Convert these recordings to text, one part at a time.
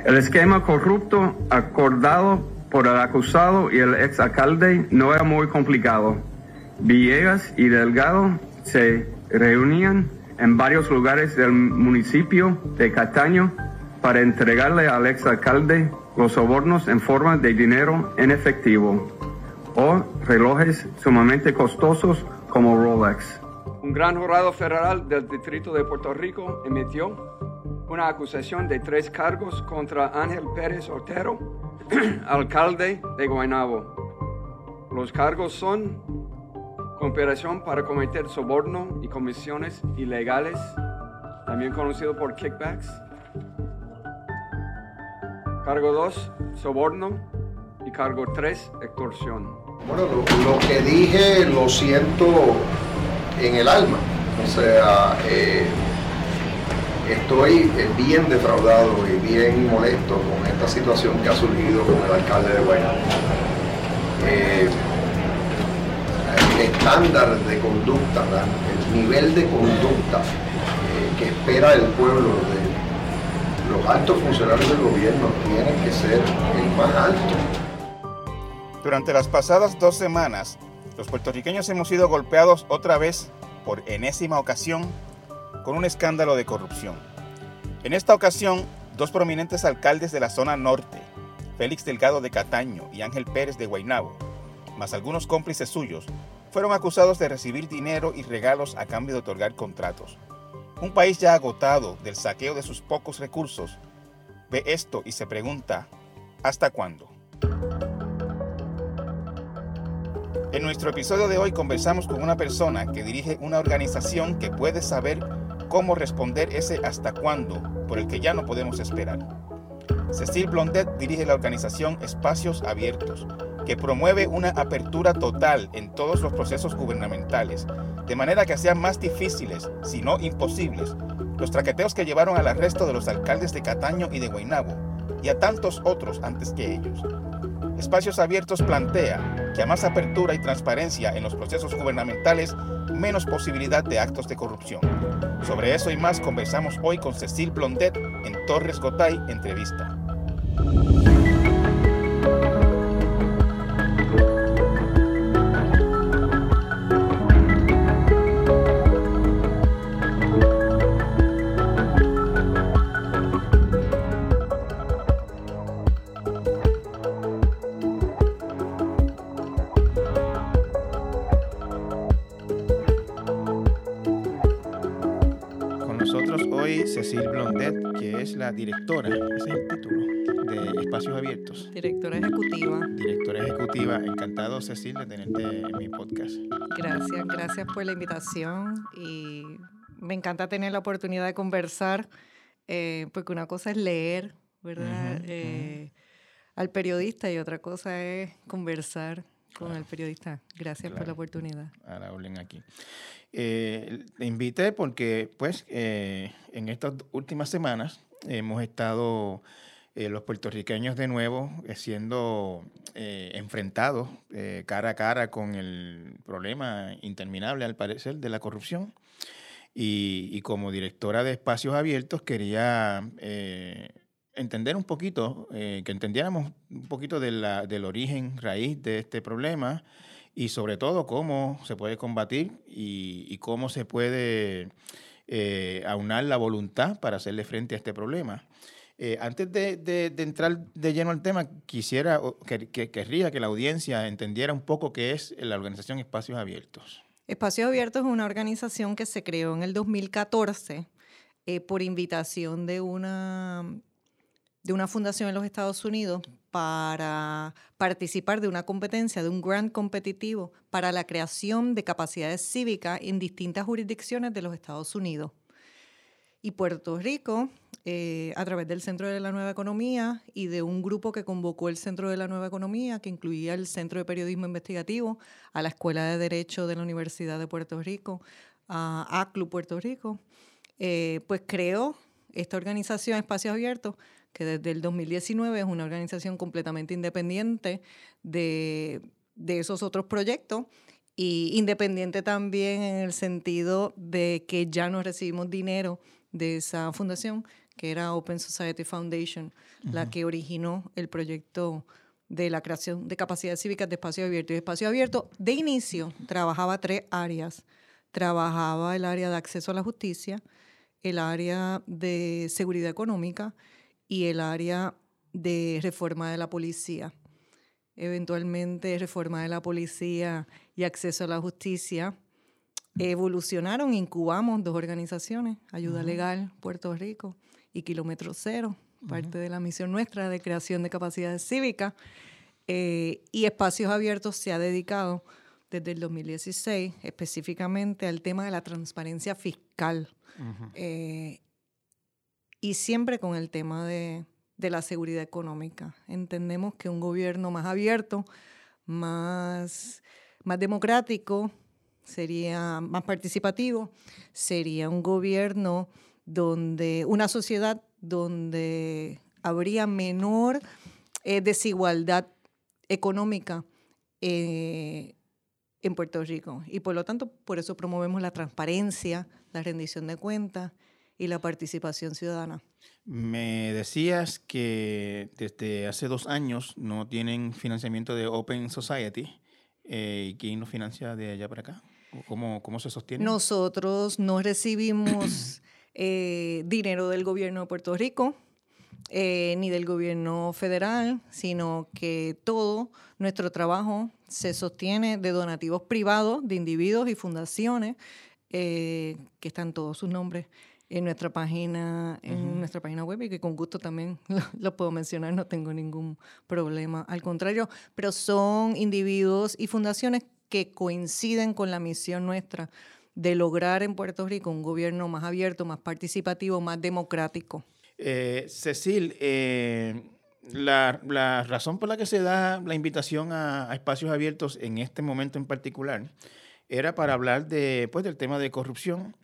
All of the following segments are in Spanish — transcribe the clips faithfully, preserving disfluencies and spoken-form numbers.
El esquema corrupto acordado por el acusado y el exalcalde no era muy complicado. Villegas y Delgado se reunían en varios lugares del municipio de Cataño para entregarle al exalcalde los sobornos en forma de dinero en efectivo o relojes sumamente costosos como Rolex. Un gran jurado federal del Distrito de Puerto Rico emitió una acusación de tres cargos contra Ángel Pérez Otero, alcalde de Guaynabo. Los cargos son conspiración para cometer soborno y comisiones ilegales, también conocido por kickbacks. Cargo dos, soborno. Y cargo tres, extorsión. Bueno, lo, lo que dije lo siento en el alma. O sea, eh, estoy bien defraudado y bien molesto con esta situación que ha surgido con el alcalde de Guaynabo. Eh, el estándar de conducta, ¿verdad? El nivel de conducta eh, que espera el pueblo de los altos funcionarios del gobierno tiene que ser el más alto. Durante las pasadas dos semanas, los puertorriqueños hemos sido golpeados otra vez, por enésima ocasión, con un escándalo de corrupción. En esta ocasión, dos prominentes alcaldes de la zona norte, Félix Delgado de Cataño y Ángel Pérez de Guaynabo, más algunos cómplices suyos, fueron acusados de recibir dinero y regalos a cambio de otorgar contratos. Un país ya agotado del saqueo de sus pocos recursos ve esto y se pregunta, ¿hasta cuándo? En nuestro episodio de hoy conversamos con una persona que dirige una organización que puede saber cómo responder ese hasta cuándo por el que ya no podemos esperar. Cecile Blondet dirige la organización Espacios Abiertos, que promueve una apertura total en todos los procesos gubernamentales, de manera que sean más difíciles, si no imposibles, los traqueteos que llevaron al arresto de los alcaldes de Cataño y de Guaynabo, y a tantos otros antes que ellos. Espacios Abiertos plantea que a más apertura y transparencia en los procesos gubernamentales, menos posibilidad de actos de corrupción. Sobre eso y más conversamos hoy con Cecile Blondet en Torres Gotay Entrevista. Cecile Blondet, que es la directora, ese es el título, de Espacios Abiertos. Directora ejecutiva. Directora ejecutiva. Encantado, Cecile, de tenerte en mi podcast. Gracias, gracias por la invitación y me encanta tener la oportunidad de conversar, eh, porque una cosa es leer, ¿verdad? Uh-huh, eh, uh-huh. al periodista y otra cosa es conversar con claro. el periodista. Gracias claro. por la oportunidad. A la orden aquí. Eh, te invité porque, pues, eh, en estas últimas semanas hemos estado eh, los puertorriqueños de nuevo eh, siendo eh, enfrentados eh, cara a cara con el problema interminable, al parecer, de la corrupción. Y, y como directora de Espacios Abiertos quería eh, entender un poquito, eh, que entendiéramos un poquito de la, del origen, raíz de este problema, y sobre todo cómo se puede combatir y, y cómo se puede eh, aunar la voluntad para hacerle frente a este problema. Eh, antes de, de, de entrar de lleno al tema, quisiera, que, que, querría que la audiencia entendiera un poco qué es la organización Espacios Abiertos. Espacios Abiertos es una organización que se creó en el dos mil catorce eh, por invitación de una... de una fundación en los Estados Unidos para participar de una competencia, de un grant competitivo para la creación de capacidades cívicas en distintas jurisdicciones de los Estados Unidos. Y Puerto Rico, eh, a través del Centro de la Nueva Economía y de un grupo que convocó el Centro de la Nueva Economía, que incluía el Centro de Periodismo Investigativo, a la Escuela de Derecho de la Universidad de Puerto Rico, a A C L U Puerto Rico, eh, pues creó esta organización Espacios Abiertos, que desde el dos mil diecinueve es una organización completamente independiente de, de esos otros proyectos y independiente también en el sentido de que ya no recibimos dinero de esa fundación, que era Open Society Foundation, uh-huh. la que originó el proyecto de la creación de capacidades cívicas de espacios abiertos. Y espacios abiertos, de inicio, trabajaba tres áreas. Trabajaba el área de acceso a la justicia, el área de seguridad económica y el área de reforma de la policía. Eventualmente, reforma de la policía y acceso a la justicia evolucionaron, incubamos dos organizaciones, Ayuda uh-huh. Legal Puerto Rico y Kilómetro Cero, uh-huh. parte de la misión nuestra de creación de capacidades cívicas. Eh, y Espacios Abiertos se ha dedicado desde el dos mil dieciséis específicamente al tema de la transparencia fiscal. Uh-huh. Eh, y siempre con el tema de, de la seguridad económica. Entendemos que un gobierno más abierto, más, más democrático, sería más participativo, sería un gobierno donde, una sociedad donde habría menor eh, desigualdad económica eh, en Puerto Rico. Y por lo tanto, por eso promovemos la transparencia, la rendición de cuentas y la participación ciudadana. Me decías que desde hace dos años no tienen financiamiento de Open Society. Eh, ¿Quién nos financia de allá para acá? ¿Cómo, cómo se sostiene? Nosotros no recibimos eh, dinero del gobierno de Puerto Rico, eh, ni del gobierno federal, sino que todo nuestro trabajo se sostiene de donativos privados de individuos y fundaciones, eh, que están todos sus nombres en nuestra página, en uh-huh. nuestra página web, y que con gusto también lo, lo puedo mencionar, no tengo ningún problema. Al contrario, pero son individuos y fundaciones que coinciden con la misión nuestra de lograr en Puerto Rico un gobierno más abierto, más participativo, más democrático. Eh, Cecil, eh, la, la razón por la que se da la invitación a, a Espacios Abiertos en este momento en particular era para hablar de, pues, del tema de corrupción.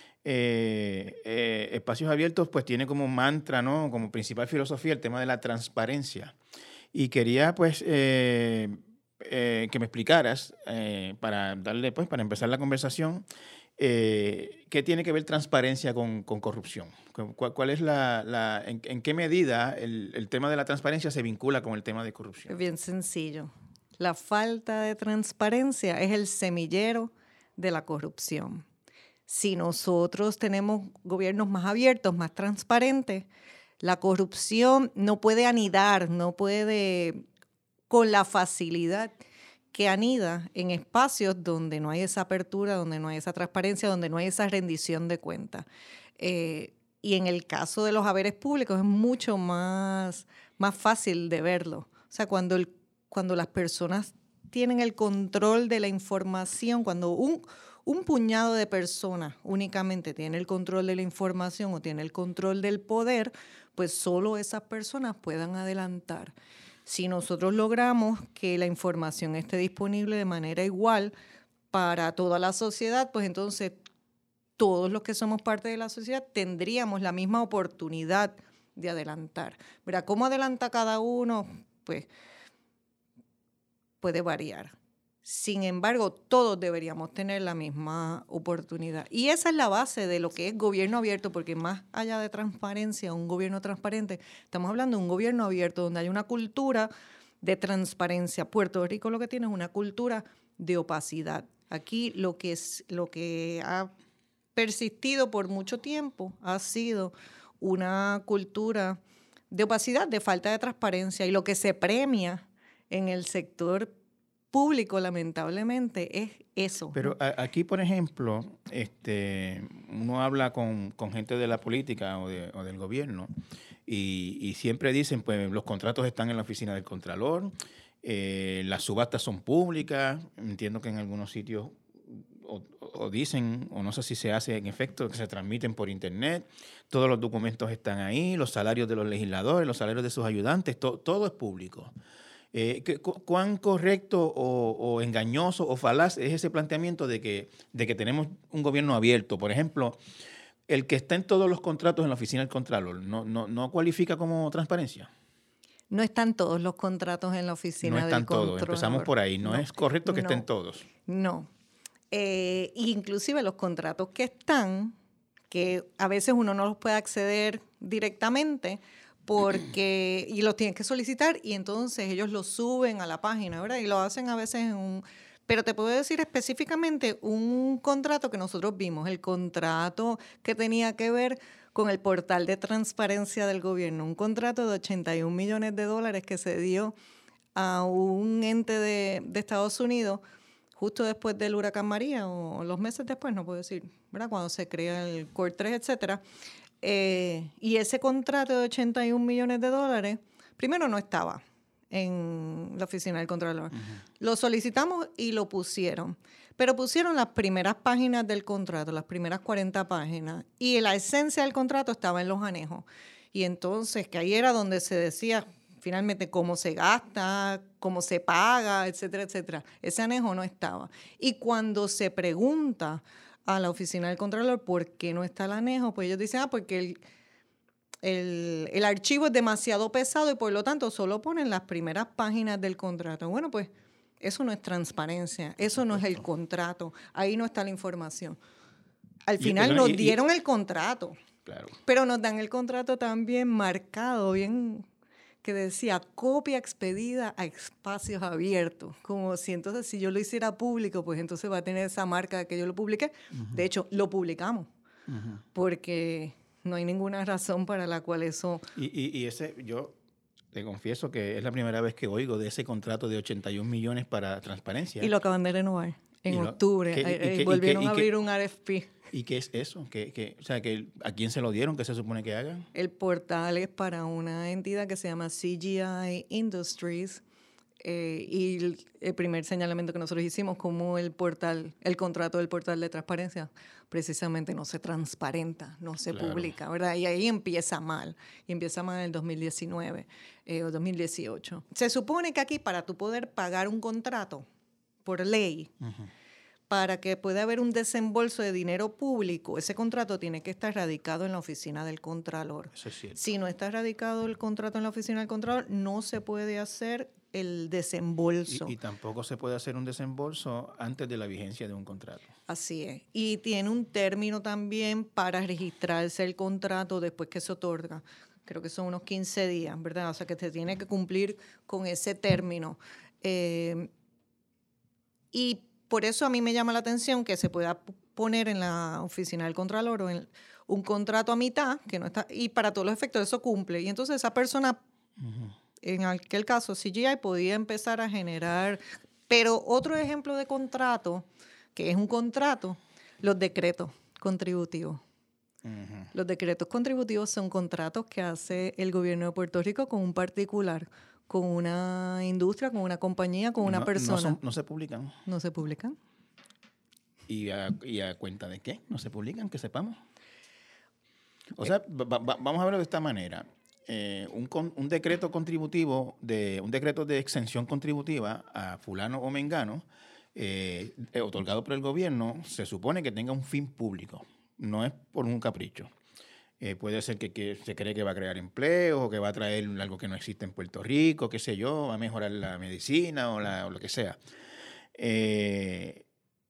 Eh, eh, Espacios Abiertos pues tiene como mantra, ¿no?, como principal filosofía el tema de la transparencia. Y quería pues eh, eh, que me explicaras, eh, para darle pues para empezar la conversación, eh, ¿qué tiene que ver transparencia con, con corrupción? ¿Cuál, cuál es la, la en, en qué medida el, el tema de la transparencia se vincula con el tema de corrupción? Es bien sencillo. La falta de transparencia es el semillero de la corrupción. Si nosotros tenemos gobiernos más abiertos, más transparentes, la corrupción no puede anidar, no puede, con la facilidad que anida en espacios donde no hay esa apertura, donde no hay esa transparencia, donde no hay esa rendición de cuentas. Eh, y en el caso de los haberes públicos es mucho más, más fácil de verlo. O sea, cuando, el, cuando las personas tienen el control de la información, cuando un... Un puñado de personas únicamente tiene el control de la información o tiene el control del poder, pues solo esas personas puedan adelantar. Si nosotros logramos que la información esté disponible de manera igual para toda la sociedad, pues entonces todos los que somos parte de la sociedad tendríamos la misma oportunidad de adelantar. ¿Verdad? ¿Cómo adelanta cada uno? Pues puede variar. Sin embargo, todos deberíamos tener la misma oportunidad. Y esa es la base de lo que es gobierno abierto, porque más allá de transparencia, un gobierno transparente, estamos hablando de un gobierno abierto donde hay una cultura de transparencia. Puerto Rico lo que tiene es una cultura de opacidad. Aquí lo que, es, lo que ha persistido por mucho tiempo ha sido una cultura de opacidad, de falta de transparencia. Y lo que se premia en el sector público, lamentablemente, es eso. Pero a, aquí, por ejemplo, este, uno habla con, con gente de la política o, de, o del gobierno y, y siempre dicen, pues, los contratos están en la oficina del Contralor, eh, las subastas son públicas, entiendo que en algunos sitios o, o dicen, o no sé si se hace en efecto, que se transmiten por internet, todos los documentos están ahí, los salarios de los legisladores, los salarios de sus ayudantes, to, todo es público. Eh, ¿Cuán correcto o, o engañoso o falaz es ese planteamiento de que, de que tenemos un gobierno abierto? Por ejemplo, el que está en todos los contratos en la oficina del Contralor, ¿no, no, no cualifica como transparencia? No están todos los contratos en la oficina del Contralor. No están todos, empezamos por ahí. ¿No, no es correcto que no, estén todos? No. Eh, inclusive los contratos que están, que a veces uno no los puede acceder directamente porque y los tienes que solicitar y entonces ellos los suben a la página, ¿verdad? Y lo hacen a veces en un... Pero te puedo decir específicamente un contrato que nosotros vimos, el contrato que tenía que ver con el portal de transparencia del gobierno, un contrato de ochenta y un millones de dólares que se dio a un ente de, de Estados Unidos justo después del huracán María, o los meses después, no puedo decir, ¿verdad? Cuando se crea el Core tres, etcétera. Eh, y ese contrato de ochenta y un millones de dólares, primero no estaba en la oficina del Contralor. Uh-huh. Lo solicitamos y lo pusieron. Pero pusieron las primeras páginas del contrato, las primeras cuarenta páginas, y la esencia del contrato estaba en los anejos. Y entonces, que ahí era donde se decía finalmente cómo se gasta, cómo se paga, etcétera, etcétera. Ese anejo no estaba. Y cuando se pregunta a la oficina del Contralor por qué no está el anejo, pues ellos dicen, ah, porque el... El, el archivo es demasiado pesado y por lo tanto solo ponen las primeras páginas del contrato. Bueno, pues eso no es transparencia, eso no es el contrato, ahí no está la información. Al final y, nos y, dieron y, el contrato, claro. Pero nos dan el contrato también marcado, bien que decía copia expedida a espacios abiertos, como si entonces si yo lo hiciera público, pues entonces va a tener esa marca de que yo lo publiqué. Uh-huh. De hecho, lo publicamos, uh-huh. porque... No hay ninguna razón para la cual eso... Y, y, y ese, yo te confieso que es la primera vez que oigo de ese contrato de ochenta y un millones para transparencia. Y lo acaban de renovar en lo, octubre. ¿qué, y, y, volvieron y, y, a abrir y, un R F P. ¿Y qué es eso? ¿Qué, qué, o sea, que, ¿a quién se lo dieron? ¿Qué se supone que hagan? El portal es para una entidad que se llama C G I Industries. Eh, y el, el primer señalamiento que nosotros hicimos, como el portal, el contrato del portal de transparencia, precisamente no se transparenta, no se claro. publica, ¿verdad? Y ahí empieza mal, y empieza mal en el dos mil diecinueve eh, o dos mil dieciocho. Se supone que aquí para tú poder pagar un contrato por ley, uh-huh. para que pueda haber un desembolso de dinero público, ese contrato tiene que estar radicado en la oficina del Contralor. Eso es cierto. Si no está radicado el contrato en la oficina del Contralor, no se puede hacer el desembolso. Y, y tampoco se puede hacer un desembolso antes de la vigencia de un contrato. Así es. Y tiene un término también para registrarse el contrato después que se otorga. Creo que son unos quince días, ¿verdad? O sea, que se tiene que cumplir con ese término. Eh, y por eso a mí me llama la atención que se pueda poner en la oficina del Contralor o en un contrato a mitad, que no está, y para todos los efectos eso cumple. Y entonces esa persona... Uh-huh. En aquel caso, C G I podía empezar a generar... Pero otro ejemplo de contrato, que es un contrato, los decretos contributivos. Uh-huh. Los decretos contributivos son contratos que hace el gobierno de Puerto Rico con un particular, con una industria, con una compañía, con una no, persona. No, son, no se publican. No se publican. ¿Y a, ¿Y a cuenta de qué? ¿No se publican? Que sepamos. O sea, va, va, vamos a verlo de esta manera. Eh, un, con, un decreto contributivo, de un decreto de exención contributiva a fulano o mengano, eh, eh, otorgado por el gobierno, se supone que tenga un fin público, no es por un capricho. Eh, puede ser que, que se cree que va a crear empleo o que va a traer algo que no existe en Puerto Rico, qué sé yo, va a mejorar la medicina o, la, o lo que sea. Eh,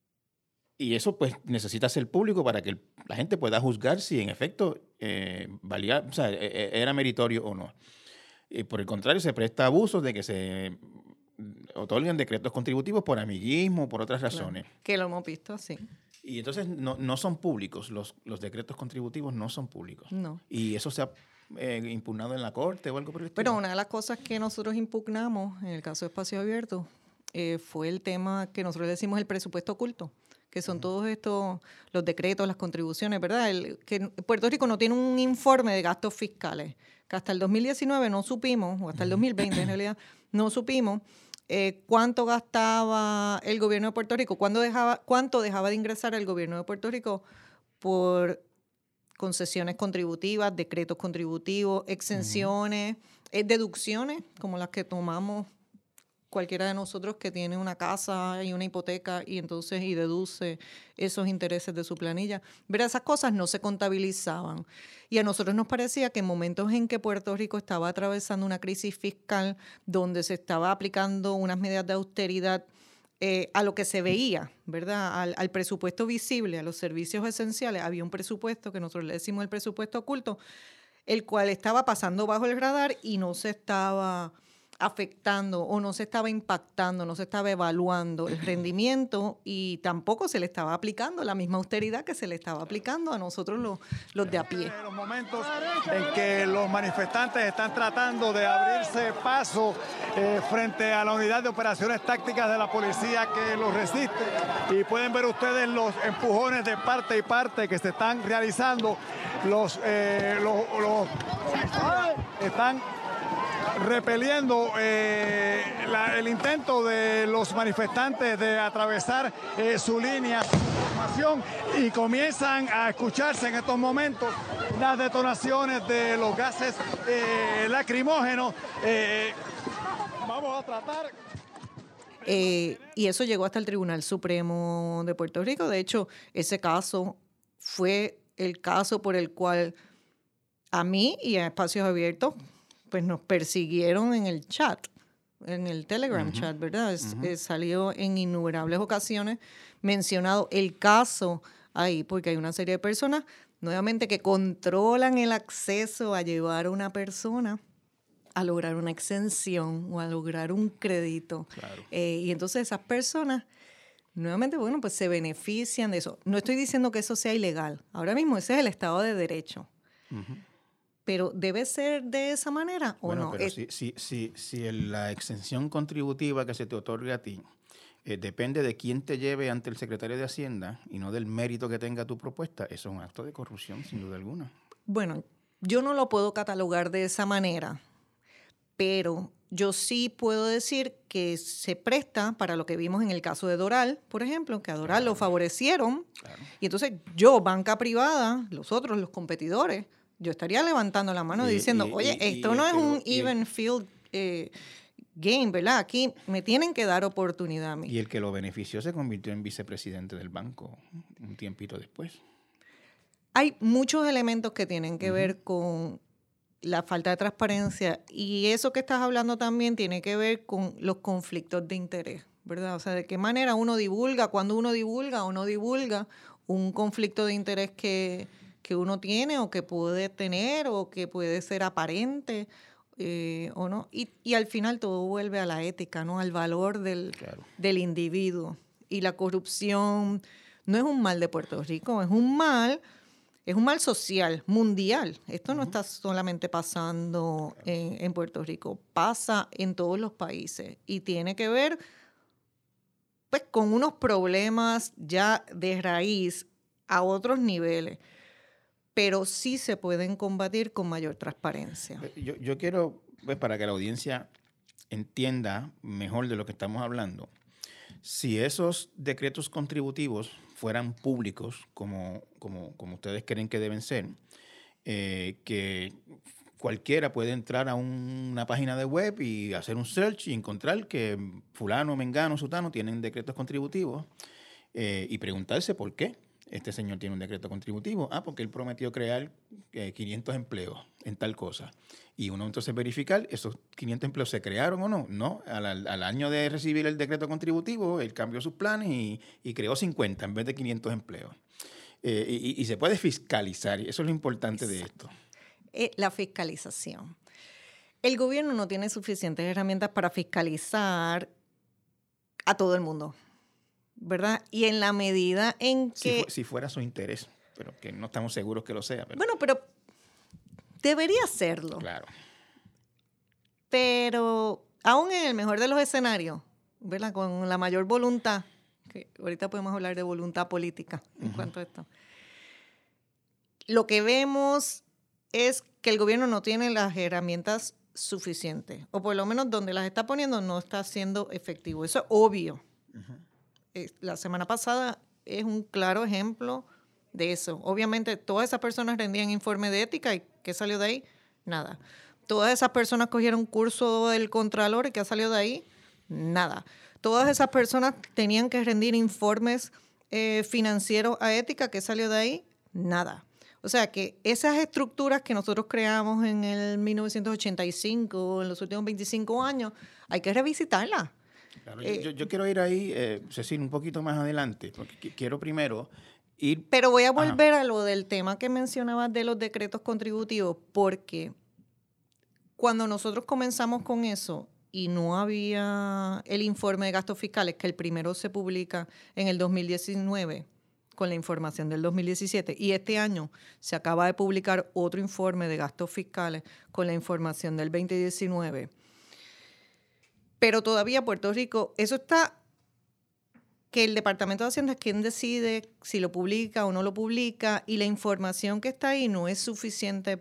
y eso pues necesita ser público para que el, la gente pueda juzgar si en efecto eh, valía, o sea, era meritorio o no. Y por el contrario, se presta abusos de que se otorguen decretos contributivos por amiguismo, por otras razones. Claro, que lo hemos visto, sí. Y entonces no, no son públicos, los, los decretos contributivos no son públicos. No. Y eso se ha eh, impugnado en la Corte o algo por el estilo. Pero una de las cosas que nosotros impugnamos en el caso de Espacio Abierto eh, fue el tema que nosotros decimos el presupuesto oculto, que son uh-huh. todos estos, los decretos, las contribuciones, ¿verdad? El, que Puerto Rico no tiene un informe de gastos fiscales, que hasta el dos mil diecinueve no supimos, o hasta el dos mil veinte en realidad, no supimos eh, cuánto gastaba el gobierno de Puerto Rico, cuánto dejaba, cuánto dejaba de ingresar el gobierno de Puerto Rico por concesiones contributivas, decretos contributivos, exenciones, uh-huh. eh, deducciones, como las que tomamos cualquiera de nosotros que tiene una casa y una hipoteca y entonces y deduce esos intereses de su planilla. Pero esas cosas no se contabilizaban. Y a nosotros nos parecía que en momentos en que Puerto Rico estaba atravesando una crisis fiscal donde se estaba aplicando unas medidas de austeridad eh, a lo que se veía, ¿verdad? Al, al presupuesto visible, a los servicios esenciales, había un presupuesto que nosotros le decimos el presupuesto oculto, el cual estaba pasando bajo el radar y no se estaba afectando o no se estaba impactando, no se estaba evaluando el rendimiento y tampoco se le estaba aplicando la misma austeridad que se le estaba aplicando a nosotros los, los de a pie. Los momentos en que los manifestantes están tratando de abrirse paso eh, frente a la unidad de operaciones tácticas de la policía que los resiste, y pueden ver ustedes los empujones de parte y parte que se están realizando. Los, eh, los, los policías están repeliendo eh, la, el intento de los manifestantes de atravesar eh, su línea de formación, y comienzan a escucharse en estos momentos las detonaciones de los gases eh, lacrimógenos. Eh, vamos a tratar... Eh, y eso llegó hasta el Tribunal Supremo de Puerto Rico. De hecho, ese caso fue el caso por el cual a mí y a Espacios Abiertos pues nos persiguieron en el chat, en el Telegram uh-huh. chat, ¿verdad? Es, uh-huh. es, salió en innumerables ocasiones mencionado el caso ahí, porque hay una serie de personas, nuevamente, que controlan el acceso a llevar a una persona a lograr una exención o a lograr un crédito. Claro. Eh, y entonces esas personas, nuevamente, bueno, pues se benefician de eso. No estoy diciendo que eso sea ilegal. Ahora mismo ese es el Estado de Derecho. Uh-huh. Pero ¿debe ser de esa manera o bueno, no? Pero es... si, si, si, si la exención contributiva que se te otorga a ti eh, depende de quién te lleve ante el secretario de Hacienda y no del mérito que tenga tu propuesta, eso es un acto de corrupción, sin duda alguna. Bueno, yo no lo puedo catalogar de esa manera, pero yo sí puedo decir que se presta para lo que vimos en el caso de Doral, por ejemplo, que a Doral claro. lo favorecieron. Claro. Y entonces yo, banca privada, los otros, los competidores, yo estaría levantando la mano y, diciendo, y, oye, y, esto y, no y, es un el, even el, field eh, game, ¿verdad? Aquí me tienen que dar oportunidad a mí. Y el que lo benefició se convirtió en vicepresidente del banco un tiempito después. Hay muchos elementos que tienen que uh-huh. ver con la falta de transparencia, y eso que estás hablando también tiene que ver con los conflictos de interés, ¿verdad? O sea, de qué manera uno divulga, cuando uno divulga o no divulga un conflicto de interés que... que uno tiene o que puede tener o que puede ser aparente eh, o no. Y, y al final todo vuelve a la ética, ¿no? Al valor del, claro. del individuo. Y la corrupción no es un mal de Puerto Rico, es un mal, es un mal social, mundial. Esto uh-huh. no está solamente pasando claro. en, en Puerto Rico, pasa en todos los países y tiene que ver pues con unos problemas ya de raíz a otros niveles, pero sí se pueden combatir con mayor transparencia. Yo, yo quiero, pues, para que la audiencia entienda mejor de lo que estamos hablando, si esos decretos contributivos fueran públicos, como, como, como ustedes creen que deben ser, eh, que cualquiera puede entrar a un, una página de web y hacer un search y encontrar que fulano, mengano, sutano tienen decretos contributivos eh, y preguntarse por qué. Este señor tiene un decreto contributivo. Ah, porque él prometió crear eh, quinientos empleos en tal cosa. Y uno entonces verificar, ¿esos quinientos empleos se crearon o no? No, al, al año de recibir el decreto contributivo, él cambió sus planes y, y creó cincuenta en vez de quinientos empleos. Eh, y, y se puede fiscalizar, y eso es lo importante Exacto. de esto. Eh, la fiscalización. El gobierno no tiene suficientes herramientas para fiscalizar a todo el mundo, ¿verdad? Y en la medida en que... Si, fu- si fuera su interés, pero que no estamos seguros que lo sea. Pero... Bueno, pero debería serlo. Claro. Pero aún en el mejor de los escenarios, ¿verdad? Con la mayor voluntad, que ahorita podemos hablar de voluntad política en uh-huh. cuanto a esto, lo que vemos es que el gobierno no tiene las herramientas suficientes, o por lo menos donde las está poniendo no está siendo efectivo. Eso es obvio. Uh-huh. La semana pasada es un claro ejemplo de eso. Obviamente, todas esas personas rendían informe de ética y ¿qué salió de ahí? Nada. Todas esas personas cogieron un curso del Contralor y ¿qué salió de ahí? Nada. Todas esas personas tenían que rendir informes eh, financieros a ética, ¿qué salió de ahí? Nada. O sea que esas estructuras que nosotros creamos en el mil novecientos ochenta y cinco, en los últimos veinticinco años, hay que revisitarlas. Claro, Eh, yo, yo quiero ir ahí, eh, Cecil, un poquito más adelante, porque qu- quiero primero ir... Pero voy a Ajá. volver a lo del tema que mencionabas de los decretos contributivos, porque cuando nosotros comenzamos con eso y no había el informe de gastos fiscales, que el primero se publica en el dos mil diecinueve con la información del dos mil diecisiete, y este año se acaba de publicar otro informe de gastos fiscales con la información del veinte diecinueve. Pero todavía Puerto Rico, eso está, que el Departamento de Hacienda es quien decide si lo publica o no lo publica, y la información que está ahí no es suficiente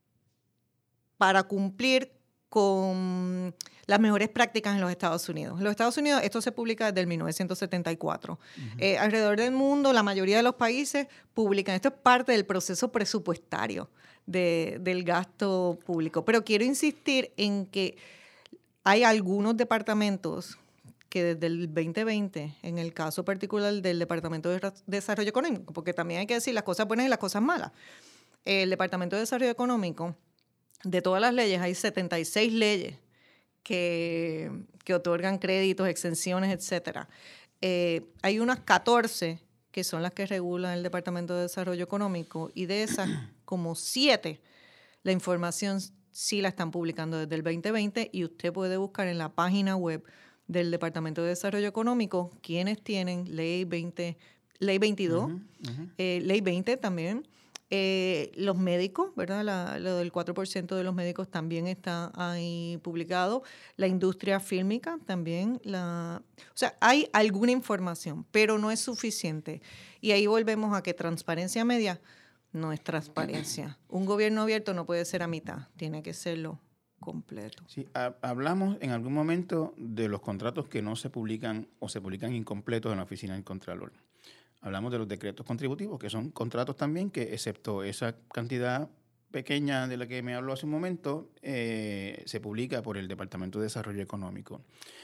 para cumplir con las mejores prácticas en los Estados Unidos. En los Estados Unidos esto se publica desde el mil novecientos setenta y cuatro. Uh-huh. Eh, alrededor del mundo, la mayoría de los países publican. Esto es parte del proceso presupuestario de, del gasto público. Pero quiero insistir en que hay algunos departamentos que desde el veinte veinte, en el caso particular del Departamento de Desarrollo Económico, porque también hay que decir las cosas buenas y las cosas malas. El Departamento de Desarrollo Económico, de todas las leyes, hay setenta y seis leyes que, que otorgan créditos, exenciones, etcétera. Eh, hay unas catorce que son las que regulan el Departamento de Desarrollo Económico, y de esas, como siete, la información sí la están publicando desde el veinte veinte, y usted puede buscar en la página web del Departamento de Desarrollo Económico quienes tienen ley veinte, ley veintidós, uh-huh, uh-huh. Eh, ley veinte también. Eh, los médicos, ¿verdad? La, lo del cuatro por ciento de los médicos también está ahí publicado. La industria fílmica también. La, o sea, hay alguna información, pero no es suficiente. Y ahí volvemos a que transparencia media no es transparencia. Un gobierno abierto no puede ser a mitad, tiene que serlo completo. Sí, ha, hablamos en algún momento de los contratos que no se publican o se publican incompletos en la oficina del Contralor. Hablamos de los decretos contributivos, que son contratos también que, excepto esa cantidad pequeña de la que me habló hace un momento, eh, se publica por el Departamento de Desarrollo Económico.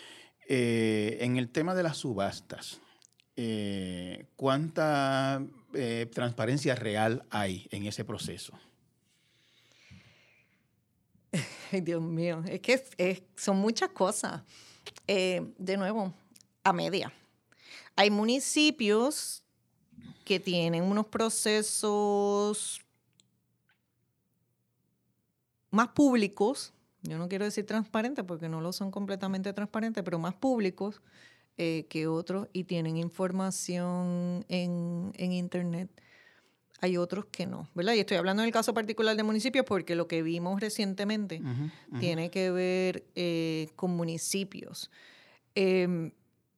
Eh, en el tema de las subastas, eh, ¿cuánta eh, transparencia real hay en ese proceso? Ay, Dios mío, es que es, es, son muchas cosas. Eh, de nuevo, a media. Hay municipios que tienen unos procesos más públicos, yo no quiero decir transparentes porque no lo son completamente transparentes, pero más públicos eh, que otros, y tienen información en, en Internet. Hay otros que no, ¿verdad? Y estoy hablando en el caso particular de municipios porque lo que vimos recientemente uh-huh, uh-huh. tiene que ver eh, con municipios. Eh,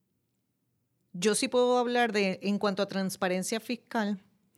Yo sí puedo hablar de, en cuanto a transparencia fiscal,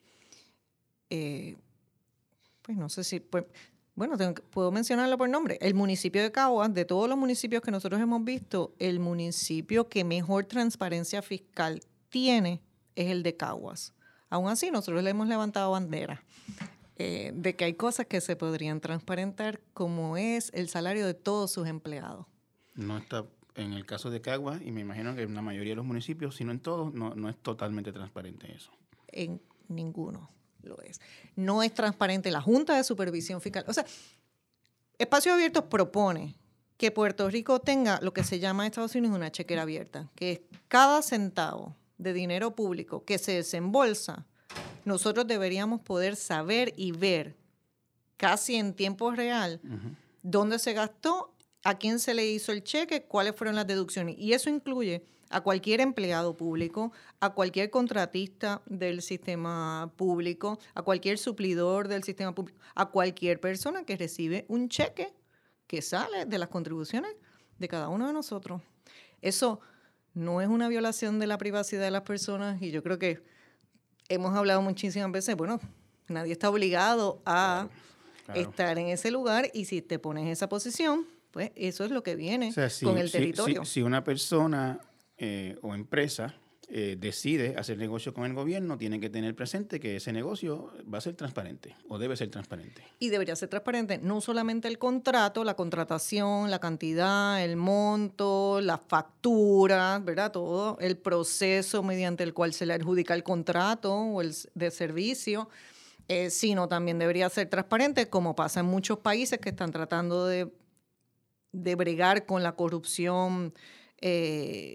eh, pues no sé si, pues, bueno, tengo, puedo mencionarlo por nombre. El municipio de Caguas, de todos los municipios que nosotros hemos visto, el municipio que mejor transparencia fiscal tiene es el de Caguas. Aún así, nosotros le hemos levantado bandera eh, de que hay cosas que se podrían transparentar, como es el salario de todos sus empleados. No está... En el caso de Caguas, y me imagino que en la mayoría de los municipios, si no en todos, no, no es totalmente transparente eso. En ninguno lo es. No es transparente la Junta de Supervisión Fiscal. O sea, Espacios Abiertos propone que Puerto Rico tenga lo que se llama en Estados Unidos una chequera abierta, que es cada centavo de dinero público que se desembolsa, nosotros deberíamos poder saber y ver casi en tiempo real uh-huh. dónde se gastó, a quién se le hizo el cheque, cuáles fueron las deducciones. Y eso incluye a cualquier empleado público, a cualquier contratista del sistema público, a cualquier suplidor del sistema público, a cualquier persona que recibe un cheque que sale de las contribuciones de cada uno de nosotros. Eso no es una violación de la privacidad de las personas, y yo creo que hemos hablado muchísimas veces, bueno, nadie está obligado a claro, claro. estar en ese lugar, y si te pones en esa posición, pues eso es lo que viene o sea, si, con el territorio. Si, si, si una persona eh, o empresa eh, decide hacer negocio con el gobierno, tiene que tener presente que ese negocio va a ser transparente o debe ser transparente. Y debería ser transparente no solamente el contrato, la contratación, la cantidad, el monto, las facturas, ¿verdad? Todo el proceso mediante el cual se le adjudica el contrato o el de servicio, eh, sino también debería ser transparente, como pasa en muchos países que están tratando de de bregar con la corrupción eh,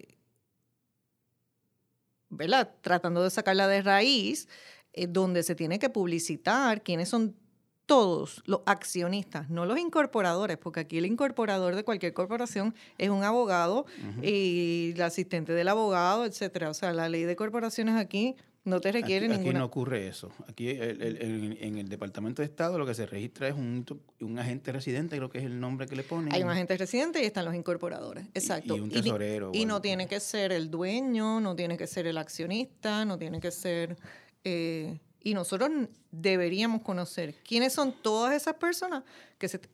¿verdad? Tratando de sacarla de raíz, eh, donde se tiene que publicitar quiénes son todos los accionistas, no los incorporadores, porque aquí el incorporador de cualquier corporación es un abogado uh-huh. y el asistente del abogado, etcétera. O sea, la ley de corporaciones aquí no te requiere aquí, ninguna... Aquí no ocurre eso. Aquí el, el, el, en el Departamento de Estado lo que se registra es un, un agente residente, creo que es el nombre que le ponen. Hay un agente residente y están los incorporadores, exacto. Y, y un tesorero. Y, y bueno. no tiene que ser el dueño, no tiene que ser el accionista, no tiene que ser... Eh, y nosotros deberíamos conocer quiénes son todas esas personas que se...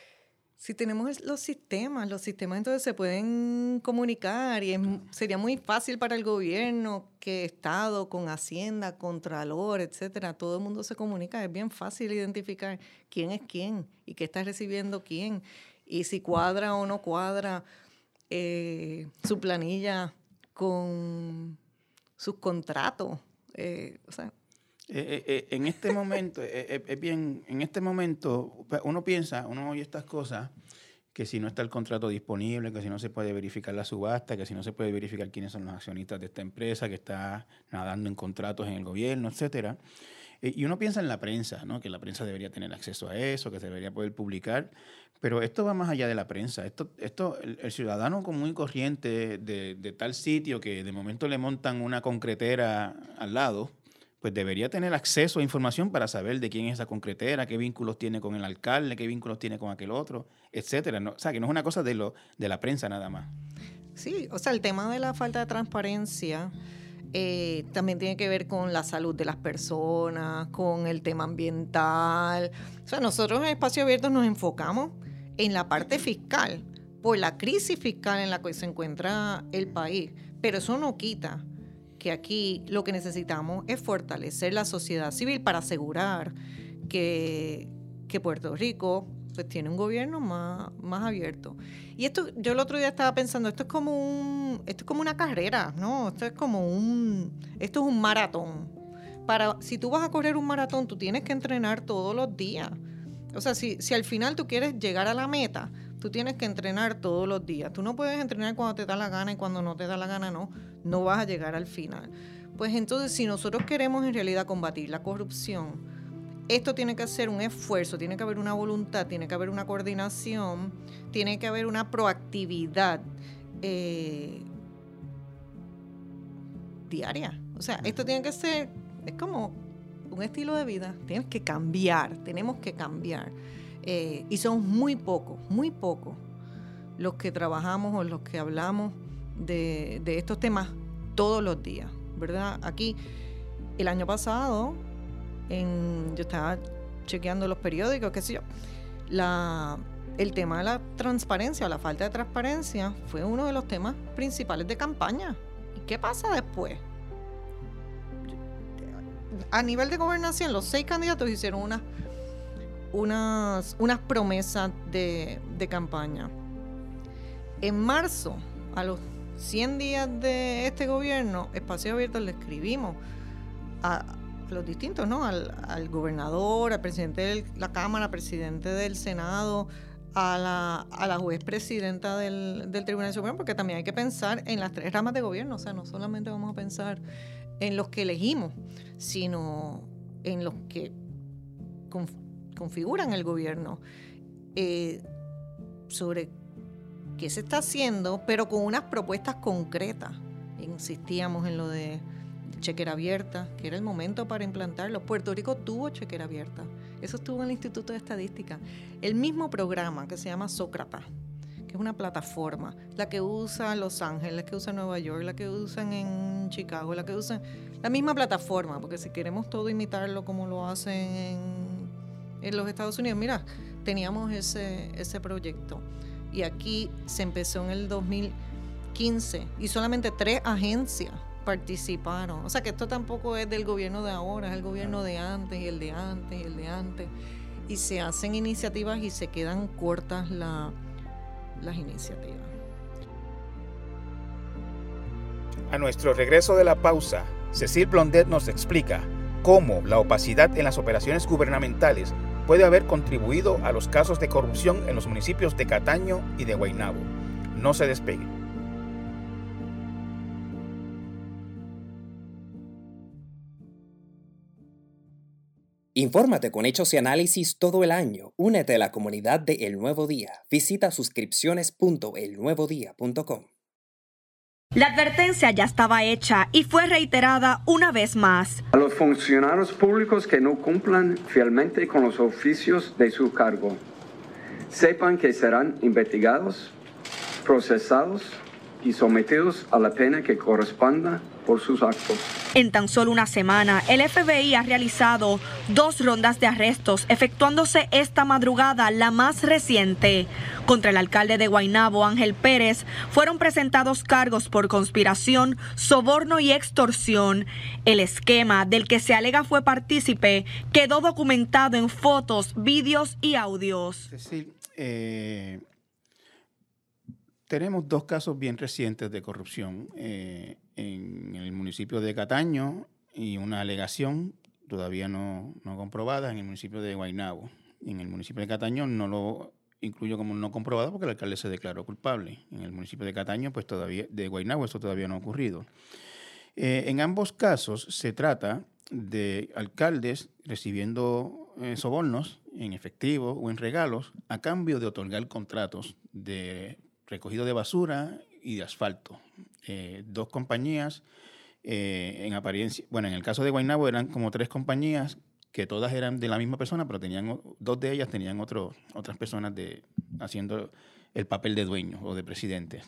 Si tenemos los sistemas, los sistemas entonces se pueden comunicar y es, sería muy fácil para el gobierno que Estado, con Hacienda, Contralor, etcétera, todo el mundo se comunica. Es bien fácil identificar quién es quién y qué está recibiendo quién y si cuadra o no cuadra eh, su planilla con sus contratos. Eh, o sea, Eh, eh, en este momento, eh, eh, bien, en este momento uno piensa, uno oye estas cosas, que si no está el contrato disponible, que si no se puede verificar la subasta, que si no se puede verificar quiénes son los accionistas de esta empresa que está nadando en contratos en el gobierno, etcétera. Eh, y uno piensa en la prensa, ¿no? Que la prensa debería tener acceso a eso, que se debería poder publicar, pero esto va más allá de la prensa. Esto, esto el, el ciudadano común y corriente de, de tal sitio que de momento le montan una concretera al lado, pues debería tener acceso a información para saber de quién es esa concretera, qué vínculos tiene con el alcalde, qué vínculos tiene con aquel otro, etcétera. No, o sea, que no es una cosa de, lo, de la prensa nada más. Sí, o sea, el tema de la falta de transparencia eh, también tiene que ver con la salud de las personas, con el tema ambiental. O sea, nosotros en Espacio Abierto nos enfocamos en la parte fiscal, por la crisis fiscal en la que se encuentra el país, pero eso no quita que aquí lo que necesitamos es fortalecer la sociedad civil para asegurar que, que Puerto Rico pues, tiene un gobierno más, más abierto. Y esto, yo el otro día estaba pensando, esto es como un, esto es como una carrera, ¿no? Esto es como un, esto es un maratón. Para, si tú vas a correr un maratón, tú tienes que entrenar todos los días. O sea, si, si al final tú quieres llegar a la meta, tú tienes que entrenar todos los días. Tú no puedes entrenar cuando te da la gana y cuando no te da la gana no. No vas a llegar al final. Pues entonces, si nosotros queremos en realidad combatir la corrupción, esto tiene que ser un esfuerzo, tiene que haber una voluntad, tiene que haber una coordinación, tiene que haber una proactividad eh, diaria. O sea, esto tiene que ser, es como un estilo de vida. Tienes que cambiar, tenemos que cambiar. Eh, y son muy pocos, muy pocos los que trabajamos o los que hablamos de, de estos temas todos los días, ¿verdad? Aquí, el año pasado, en, yo estaba chequeando los periódicos, qué sé yo, la, el tema de la transparencia o la falta de transparencia fue uno de los temas principales de campaña. ¿Y qué pasa después? A nivel de gobernación, los seis candidatos hicieron una Unas, unas promesas de, de campaña. En marzo, a los cien días de este gobierno, Espacio Abierto le escribimos a, a los distintos, ¿no? Al, al gobernador, al presidente de la Cámara, al presidente del Senado, a la, a la juez presidenta del, del Tribunal Supremo, porque también hay que pensar en las tres ramas de gobierno. O sea, no solamente vamos a pensar en los que elegimos, sino en los que conf- configuran el gobierno, eh, sobre qué se está haciendo, pero con unas propuestas concretas. Insistíamos en lo de chequera abierta, que era el momento para implantarlo. Puerto Rico tuvo chequera abierta. Eso estuvo en el Instituto de Estadística. El mismo programa que se llama Sócratas, que es una plataforma, la que usa Los Ángeles, la que usa Nueva York, la que usan en Chicago, la que usan... La misma plataforma, porque si queremos todo imitarlo como lo hacen en, en los Estados Unidos, mira, teníamos ese, ese proyecto. Y aquí se empezó en el dos mil quince y solamente tres agencias participaron. O sea que esto tampoco es del gobierno de ahora, es el gobierno de antes y el de antes y el de antes. Y se hacen iniciativas y se quedan cortas la, las iniciativas. A nuestro regreso de la pausa, Cecile Blondet nos explica cómo la opacidad en las operaciones gubernamentales puede haber contribuido a los casos de corrupción en los municipios de Cataño y de Guaynabo. No se despeguen. Infórmate con hechos y análisis todo el año. Únete a la comunidad de El Nuevo Día. Visita suscripciones punto el nuevo día punto com. La advertencia ya estaba hecha y fue reiterada una vez más. A los funcionarios públicos que no cumplan fielmente con los oficios de su cargo, sepan que serán investigados, procesados y sometidos a la pena que corresponda por sus actos. En tan solo una semana, el F B I ha realizado dos rondas de arrestos, efectuándose esta madrugada la más reciente. Contra el alcalde de Guaynabo, Ángel Pérez, fueron presentados cargos por conspiración, soborno y extorsión. El esquema del que se alega fue partícipe quedó documentado en fotos, vídeos y audios. Cecil, eh, tenemos dos casos bien recientes de corrupción eh, en el municipio de Cataño y una alegación todavía no, no comprobada en el municipio de Guaynabo. En el municipio de Cataño no lo incluyo como no comprobado porque el alcalde se declaró culpable. En el municipio de Cataño, pues todavía, de Guaynabo, eso todavía no ha ocurrido. Eh, en ambos casos se trata de alcaldes recibiendo eh, sobornos en efectivo o en regalos a cambio de otorgar contratos de recogido de basura y de asfalto. Eh, dos compañías, eh, en apariencia, bueno, en el caso de Guaynabo eran como tres compañías que todas eran de la misma persona, pero tenían dos de ellas tenían otro, otras personas de, haciendo el papel de dueños o de presidentes.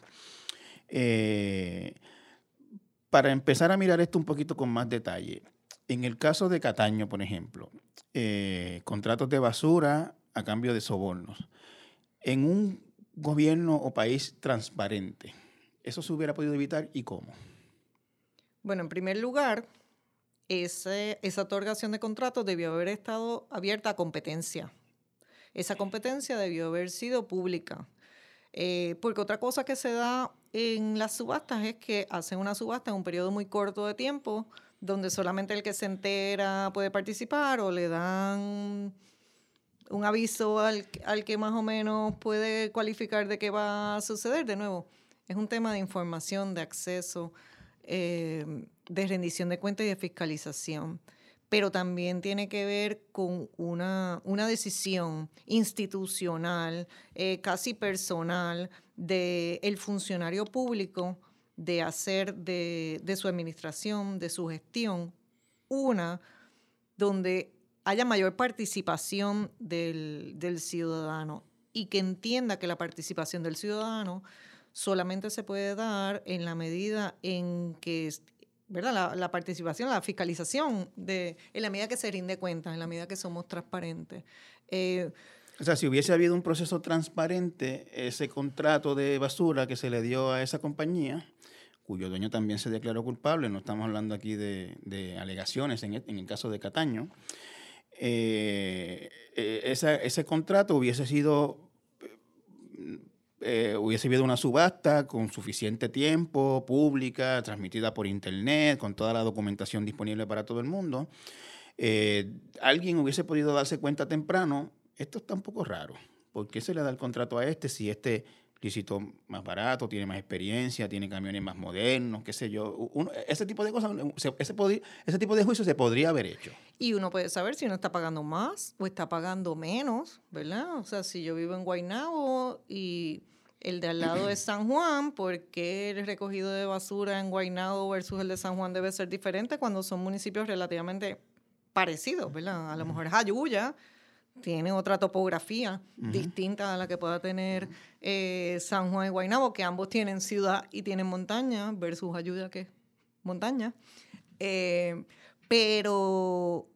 Eh, para empezar a mirar esto un poquito con más detalle, en el caso de Cataño, por ejemplo, eh, contratos de basura a cambio de sobornos. En un gobierno o país transparente, ¿eso se hubiera podido evitar y cómo? Bueno, en primer lugar, ese, esa otorgación de contratos debió haber estado abierta a competencia. Esa competencia debió haber sido pública. Eh, porque otra cosa que se da en las subastas es que hacen una subasta en un periodo muy corto de tiempo, donde solamente el que se entera puede participar o le dan un aviso al, al que más o menos puede cualificar de qué va a suceder. De nuevo, es un tema de información, de acceso, eh, de rendición de cuentas y de fiscalización. Pero también tiene que ver con una, una decisión institucional, eh, casi personal, del funcionario público de hacer de, de su administración, de su gestión, una donde haya mayor participación del, del ciudadano y que entienda que la participación del ciudadano solamente se puede dar en la medida en que, ¿verdad? La, la participación, la fiscalización, de, en la medida que se rinde cuentas, en la medida que somos transparentes. Eh, o sea, si hubiese habido un proceso transparente, ese contrato de basura que se le dio a esa compañía, cuyo dueño también se declaró culpable, no estamos hablando aquí de, de alegaciones en el, en el caso de Cataño, Eh, eh, esa, ese contrato hubiese sido eh, hubiese habido una subasta con suficiente tiempo, pública, transmitida por internet, con toda la documentación disponible para todo el mundo. Eh, alguien hubiese podido darse cuenta temprano, esto está un poco raro, ¿por qué se le da el contrato a este si este licitó más barato, tiene más experiencia, tiene camiones más modernos, qué sé yo? Uno, ese tipo de cosas, ese, podría, ese tipo de juicio se podría haber hecho. Y uno puede saber si uno está pagando más o está pagando menos, ¿verdad? O sea, si yo vivo en Guaynabo y el de al lado es San Juan, ¿por qué el recogido de basura en Guaynabo versus el de San Juan debe ser diferente cuando son municipios relativamente parecidos, ¿verdad? A lo mejor Jayuya tiene otra topografía uh-huh. distinta a la que pueda tener eh, San Juan y Guaynabo, que ambos tienen ciudad y tienen montaña, versus Jayuya, que es montaña. Eh, pero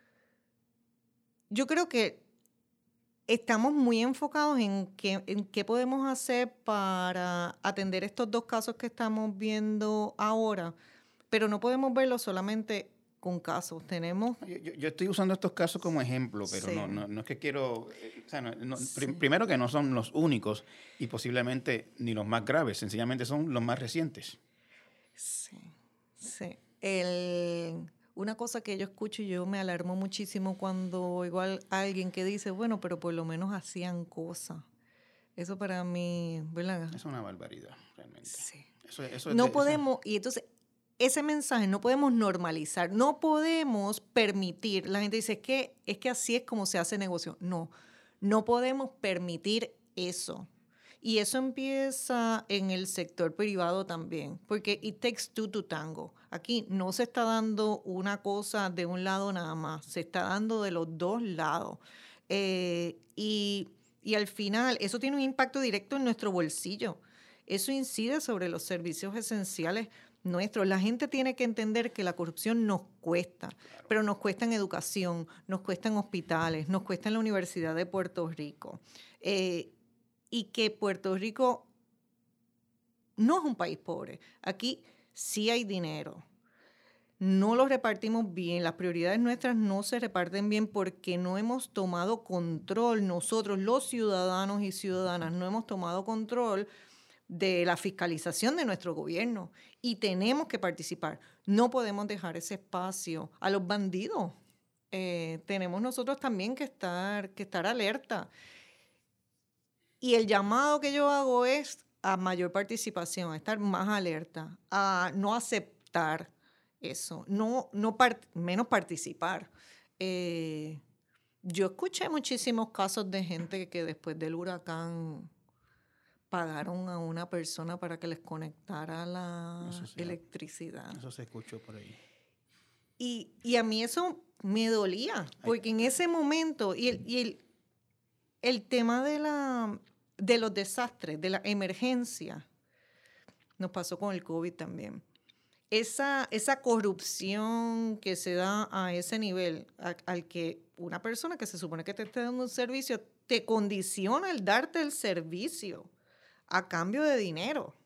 yo creo que estamos muy enfocados en qué, en qué podemos hacer para atender estos dos casos que estamos viendo ahora, pero no podemos verlo solamente con casos. Tenemos... Yo, yo estoy usando estos casos como ejemplo, pero sí. no, no, no es que quiero... O sea, no, no, sí. pr- primero que no son los únicos y posiblemente ni los más graves, sencillamente son los más recientes. Sí, sí. El... Una cosa que yo escucho y yo me alarmo muchísimo cuando oigo a alguien que dice, bueno, pero por lo menos hacían cosas. Eso para mí, ¿verdad? Es una barbaridad, realmente. Sí. Eso, eso es no de, podemos, eso... y entonces ese mensaje no podemos normalizar, no podemos permitir, la gente dice, es que, es que así es como se hace negocio. No, no podemos permitir eso. Y eso empieza en el sector privado también, porque it takes two to tango. Aquí no se está dando una cosa de un lado nada más, se está dando de los dos lados. Eh, y, y al final eso tiene un impacto directo en nuestro bolsillo. Eso incide sobre los servicios esenciales nuestros. La gente tiene que entender que la corrupción nos cuesta, pero nos cuesta en educación, nos cuesta en hospitales, nos cuesta en la Universidad de Puerto Rico. Eh, y que Puerto Rico no es un país pobre. Aquí sí hay dinero. No lo repartimos bien. Las prioridades nuestras no se reparten bien porque no hemos tomado control. Nosotros, los ciudadanos y ciudadanas, no hemos tomado control de la fiscalización de nuestro gobierno y tenemos que participar. No podemos dejar ese espacio a los bandidos. Eh, tenemos nosotros también que estar, que estar alerta. Y el llamado que yo hago es a mayor participación, a estar más alerta, a no aceptar eso, no, no part- menos participar. Eh, yo escuché muchísimos casos de gente que después del huracán pagaron a una persona para que les conectara la eso sí, electricidad. Eso se escuchó por ahí. Y, y a mí eso me dolía, porque en ese momento, y el, y el, el tema de, la, de los desastres, de la emergencia, nos pasó con el COVID también. Esa, esa corrupción que se da a ese nivel, a, al que una persona que se supone que te esté dando un servicio, te condiciona el darte el servicio a cambio de dinero.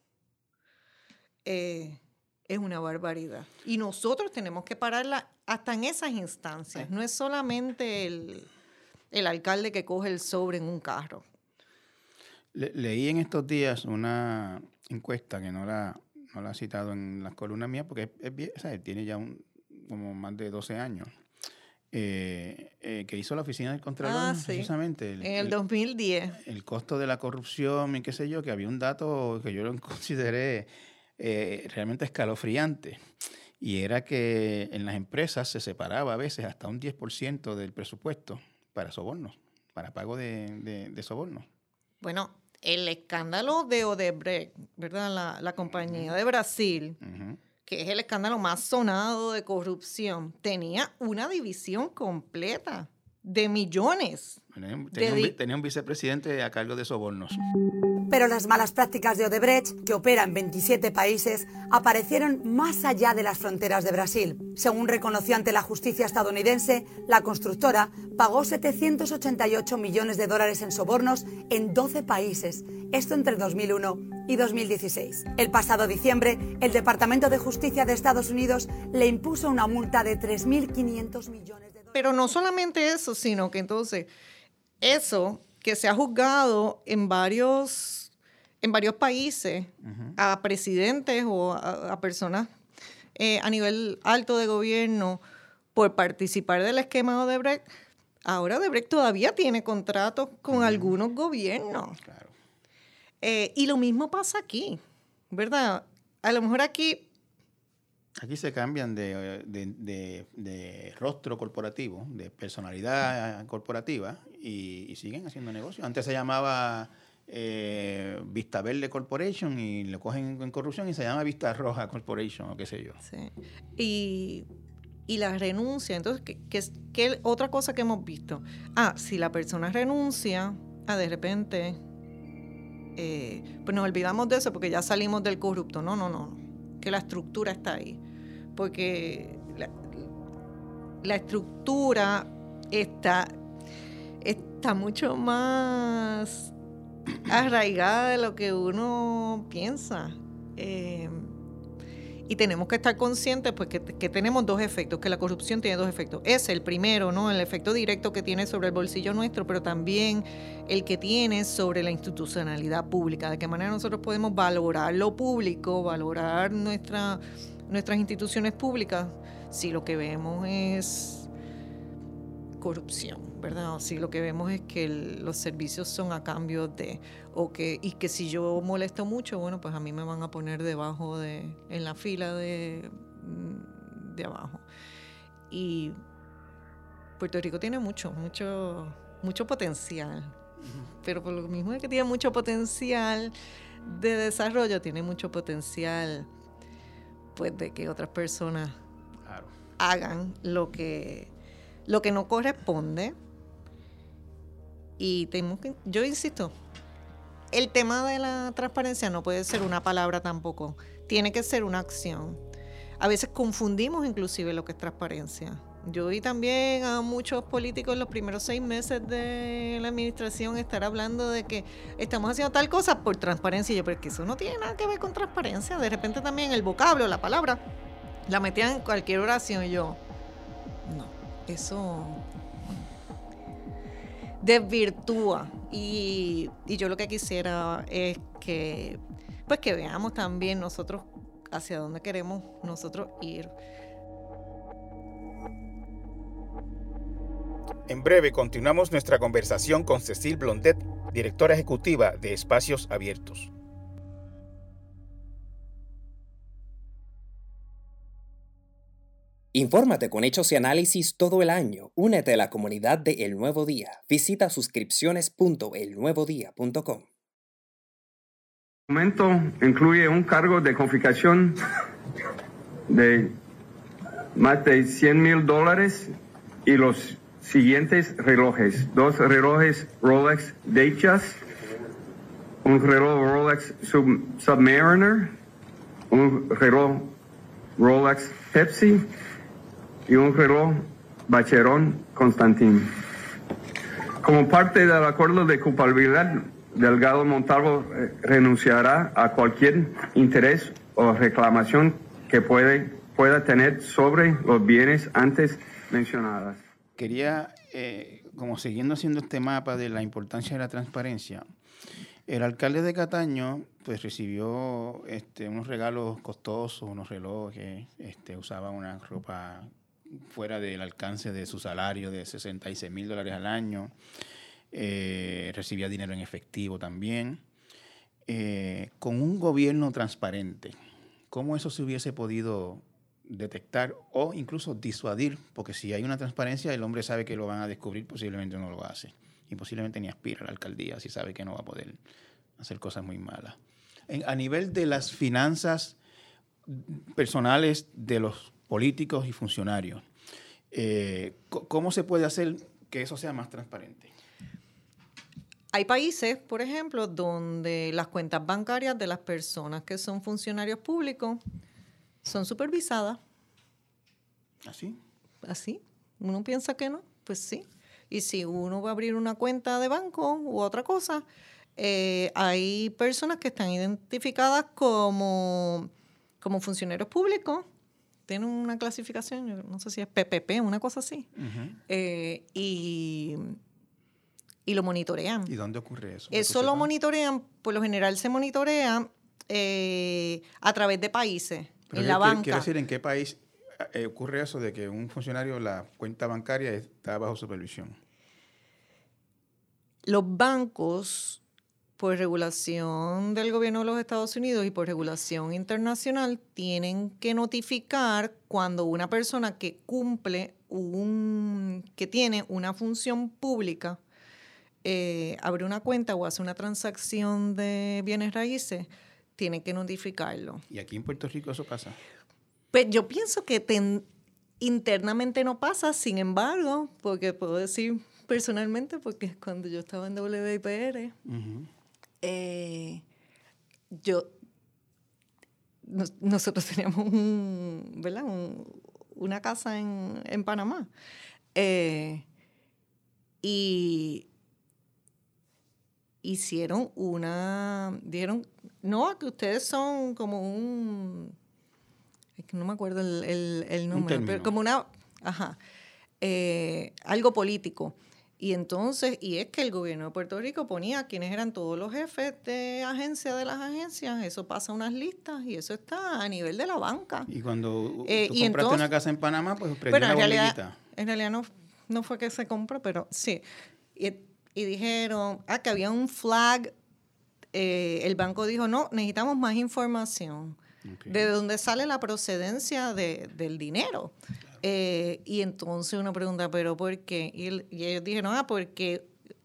Eh, es una barbaridad. Y nosotros tenemos que pararla hasta en esas instancias. No es solamente el, el alcalde que coge el sobre en un carro. Le, leí en estos días una encuesta que no la, no la he citado en las columnas mías porque es, es, o sea, tiene ya un, como más de doce años. Eh, eh, que hizo la Oficina del Contralor, ah, sí. precisamente. El, en el, el dos mil diez. El costo de la corrupción y qué sé yo, que había un dato que yo lo consideré eh, realmente escalofriante. Y era que en las empresas se separaba a veces hasta un diez por ciento del presupuesto para sobornos, para pago de, de, de sobornos. Bueno, el escándalo de Odebrecht, ¿verdad? La, la compañía de Brasil, uh-huh. que es el escándalo más sonado de corrupción, tenía una división completa de millones. Tenía, tenía, de un, tenía un vicepresidente a cargo de sobornos. Pero las malas prácticas de Odebrecht, que opera en veintisiete países, aparecieron más allá de las fronteras de Brasil. Según reconoció ante la justicia estadounidense, la constructora pagó setecientos ochenta y ocho millones de dólares en sobornos en doce países, esto entre dos mil uno y dos mil dieciséis. El pasado diciembre, el Departamento de Justicia de Estados Unidos le impuso una multa de tres mil quinientos millones de dólares. Pero no solamente eso, sino que entonces eso que se ha juzgado en varios, en varios países uh-huh. a presidentes o a, a personas eh, a nivel alto de gobierno por participar del esquema de Odebrecht, ahora Odebrecht todavía tiene contratos con uh-huh. algunos gobiernos. Claro. Eh, y lo mismo pasa aquí, ¿verdad? A lo mejor aquí... Aquí se cambian de, de, de, de rostro corporativo, de personalidad corporativa y, y siguen haciendo negocios. Antes se llamaba eh, Vista Verde Corporation y lo cogen en corrupción y se llama Vista Roja Corporation o qué sé yo. Sí. Y, y la renuncia, entonces, ¿qué, qué, qué otra cosa que hemos visto? Ah, si la persona renuncia, ah, de repente, eh, pues nos olvidamos de eso porque ya salimos del corrupto. No, no, no, que la estructura está ahí. Porque la, la estructura está, está mucho más arraigada de lo que uno piensa. Eh, y tenemos que estar conscientes pues, que, que tenemos dos efectos, que la corrupción tiene dos efectos. Es el primero, ¿no? El efecto directo que tiene sobre el bolsillo nuestro, pero también el que tiene sobre la institucionalidad pública. De qué manera nosotros podemos valorar lo público, valorar nuestra... nuestras instituciones públicas, si lo que vemos es corrupción, ¿verdad? O si lo que vemos es que el, los servicios son a cambio de, o que, y que si yo molesto mucho, bueno, pues a mí me van a poner debajo de, en la fila de, de abajo. Y Puerto Rico tiene mucho, mucho, mucho potencial, uh-huh. pero por lo mismo es que tiene mucho potencial de desarrollo, tiene mucho potencial, pues, de que otras personas claro. hagan lo que lo que no corresponde. Y tenemos que, yo insisto, el tema de la transparencia no puede ser una palabra tampoco, tiene que ser una acción. A veces confundimos inclusive lo que es transparencia. Yo vi también a muchos políticos en los primeros seis meses de la administración estar hablando de que estamos haciendo tal cosa por transparencia. Y yo, pero es que eso no tiene nada que ver con transparencia. De repente también el vocablo, la palabra, la metían en cualquier oración y yo, no. Eso desvirtúa y, y yo lo que quisiera es que pues que veamos también nosotros hacia dónde queremos nosotros ir. En breve continuamos nuestra conversación con Cecile Blondet, directora ejecutiva de Espacios Abiertos. Infórmate con hechos y análisis todo el año. Únete a la comunidad de El Nuevo Día. Visita suscripciones punto el nuevo día punto com. El documento incluye un cargo de confiscación de más de cien mil dólares y los siguientes relojes. Dos relojes Rolex Datejust, un reloj Rolex Sub- Submariner, un reloj Rolex Pepsi y un reloj Vacheron Constantin. Como parte del acuerdo de culpabilidad, Delgado Montalvo eh, renunciará a cualquier interés o reclamación que puede, pueda tener sobre los bienes antes mencionados. Quería, eh, como siguiendo haciendo este mapa de la importancia de la transparencia, el alcalde de Cataño pues recibió este, unos regalos costosos, unos relojes, este, usaba una ropa fuera del alcance de su salario de sesenta y seis mil dólares al año, eh, recibía dinero en efectivo también. Eh, con un gobierno transparente, ¿cómo eso se hubiese podido detectar o incluso disuadir? Porque si hay una transparencia, el hombre sabe que lo van a descubrir, posiblemente no lo hace. Y posiblemente ni aspira a la alcaldía si sabe que no va a poder hacer cosas muy malas. En, a nivel de las finanzas personales de los políticos y funcionarios, eh, ¿cómo se puede hacer que eso sea más transparente? Hay países, por ejemplo, donde las cuentas bancarias de las personas que son funcionarios públicos son supervisadas. ¿Así? Así. Uno piensa que no, pues sí. Y si uno va a abrir una cuenta de banco u otra cosa, eh, hay personas que están identificadas como, como funcionarios públicos. Tienen una clasificación, no sé si es P P P, una cosa así. Uh-huh. Eh, y, y lo monitorean. ¿Y dónde ocurre eso? Eso lo monitorean, por lo general se monitorea eh, a través de países, pero en la banca. ¿Quiere decir en qué país eh, ocurre eso de que un funcionario, la cuenta bancaria está bajo supervisión? Los bancos, por regulación del gobierno de los Estados Unidos y por regulación internacional, tienen que notificar cuando una persona que cumple un, que tiene una función pública, eh, abre una cuenta o hace una transacción de bienes raíces, tienen que notificarlo. ¿Y aquí en Puerto Rico eso pasa? Pues yo pienso que ten, internamente no pasa, sin embargo, porque puedo decir personalmente, porque cuando yo estaba en W I P R, uh-huh. Eh, yo nos, nosotros teníamos un, ¿verdad? Un, una casa en, en Panamá eh, y hicieron una, dijeron, no, que ustedes son como un, es que no me acuerdo el, el, el número, pero como una, ajá, eh, algo político. Y entonces, y es que el gobierno de Puerto Rico ponía quiénes eran todos los jefes de agencia de las agencias, eso pasa a unas listas y eso está a nivel de la banca. Y cuando eh, tú y compraste entonces, una casa en Panamá, pues prendí pero una en realidad, bombillita. en realidad no, no fue que se compró, pero sí. Y, y dijeron, ah, que había un flag. Eh, el banco dijo, no, necesitamos más información. Okay. De dónde sale la procedencia de, del dinero. Eh, y entonces uno pregunta, ¿pero por qué? Y, el, y ellos dijeron, ah, porque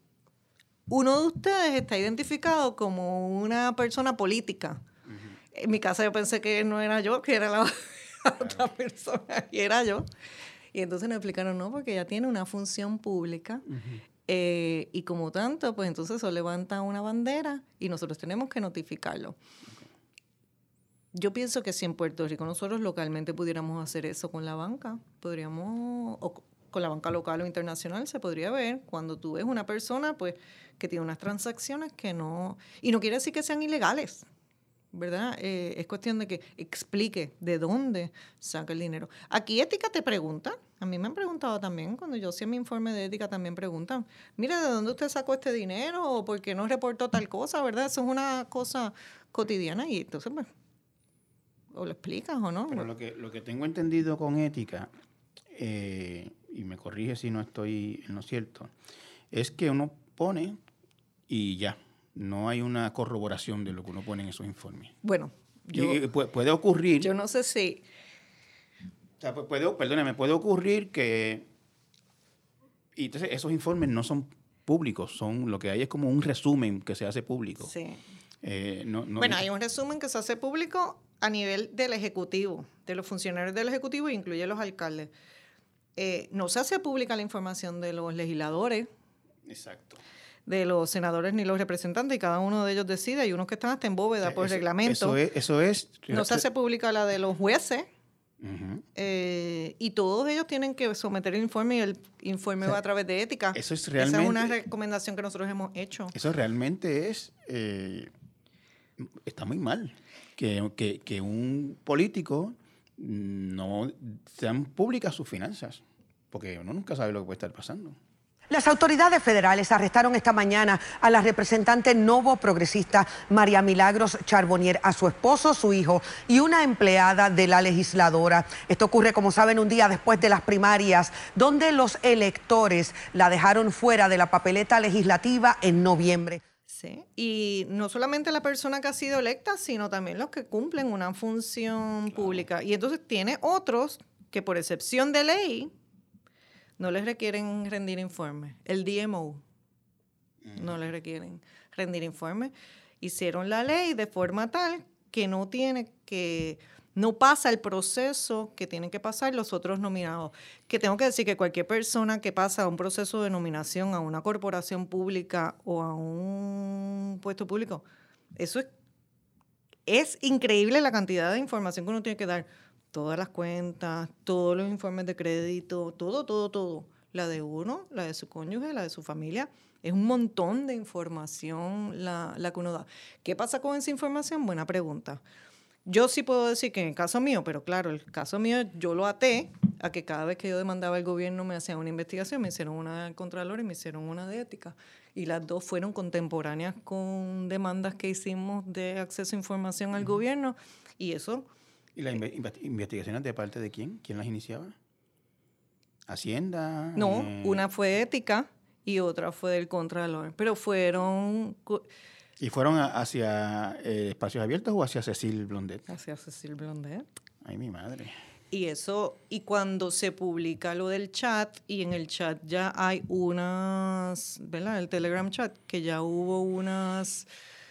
uno de ustedes está identificado como una persona política. Uh-huh. En mi casa yo pensé que no era yo, que era la, la otra persona, y era yo. Y entonces nos explicaron, no, porque ella tiene una función pública. Uh-huh. Eh, y como tanto, pues entonces eso levanta una bandera y nosotros tenemos que notificarlo. Okay. Yo pienso que si en Puerto Rico nosotros localmente pudiéramos hacer eso con la banca, podríamos, o con la banca local o internacional, se podría ver cuando tú ves una persona pues que tiene unas transacciones que no, y no quiere decir que sean ilegales, ¿verdad? Eh, es cuestión de que explique de dónde saca el dinero. Aquí Ética te pregunta, a mí me han preguntado también, cuando yo hacía mi informe de Ética también preguntan, mira, ¿de dónde usted sacó este dinero? ¿O por qué no reportó tal cosa? ¿Verdad? Eso es una cosa cotidiana y entonces, pues, o lo explicas o no. Pero lo que, lo que tengo entendido con Ética, eh, y me corrige si no estoy en lo cierto, es que uno pone y ya. No hay una corroboración de lo que uno pone en esos informes. Bueno, yo, y puede, puede ocurrir... Yo no sé si... O sea, puede, perdóname, puede ocurrir que... Y entonces esos informes no son públicos, son lo que hay es como un resumen que se hace público. Sí. Eh, no, no, bueno, hay un resumen que se hace público a nivel del Ejecutivo, de los funcionarios del Ejecutivo, incluye los alcaldes. Eh, no se hace pública la información de los legisladores. Exacto. De los senadores ni los representantes, y cada uno de ellos decide. Hay unos que están hasta en bóveda o sea, por eso, reglamento. Eso es, eso es... No se hace pública la de los jueces. Uh-huh. Eh, y todos ellos tienen que someter el informe y el informe o sea, va a través de Ética. Eso es realmente... Esa es una recomendación que nosotros hemos hecho. Eso realmente es... Eh, está muy mal que, que, que un político no sean públicas sus finanzas, porque uno nunca sabe lo que puede estar pasando. Las autoridades federales arrestaron esta mañana a la representante novo progresista María Milagros Charbonnier, a su esposo, su hijo y una empleada de la legisladora. Esto ocurre, como saben, un día después de las primarias, donde los electores la dejaron fuera de la papeleta legislativa en noviembre. Sí, y no solamente la persona que ha sido electa, sino también los que cumplen una función pública. Y entonces tiene otros que por excepción de ley no les requieren rendir informe. El D M O no les requieren rendir informe. Hicieron la ley de forma tal que no tiene que, no pasa el proceso que tienen que pasar los otros nominados. Que tengo que decir que cualquier persona que pasa a un proceso de nominación a una corporación pública o a un puesto público, eso es, es increíble la cantidad de información que uno tiene que dar. Todas las cuentas, todos los informes de crédito, todo, todo, todo. La de uno, la de su cónyuge, la de su familia. Es un montón de información la, la que uno da. ¿Qué pasa con esa información? Buena pregunta. Yo sí puedo decir que en el caso mío, pero claro, el caso mío yo lo até a que cada vez que yo demandaba al gobierno me hacían una investigación, me hicieron una del Contralor y me hicieron una de Ética. Y las dos fueron contemporáneas con demandas que hicimos de acceso a información al uh-huh. gobierno. Y eso... ¿Y las investigaciones de parte de quién? ¿Quién las iniciaba? ¿Hacienda? No, eh... una fue Ética y otra fue del Contralor. Pero fueron... ¿Y fueron hacia eh, Espacios Abiertos o hacia Cecil Blondet? Hacia Cecil Blondet. Ay, mi madre. Y eso, y cuando se publica lo del chat, y en el chat ya hay unas, ¿verdad? El Telegram chat, que ya hubo unas...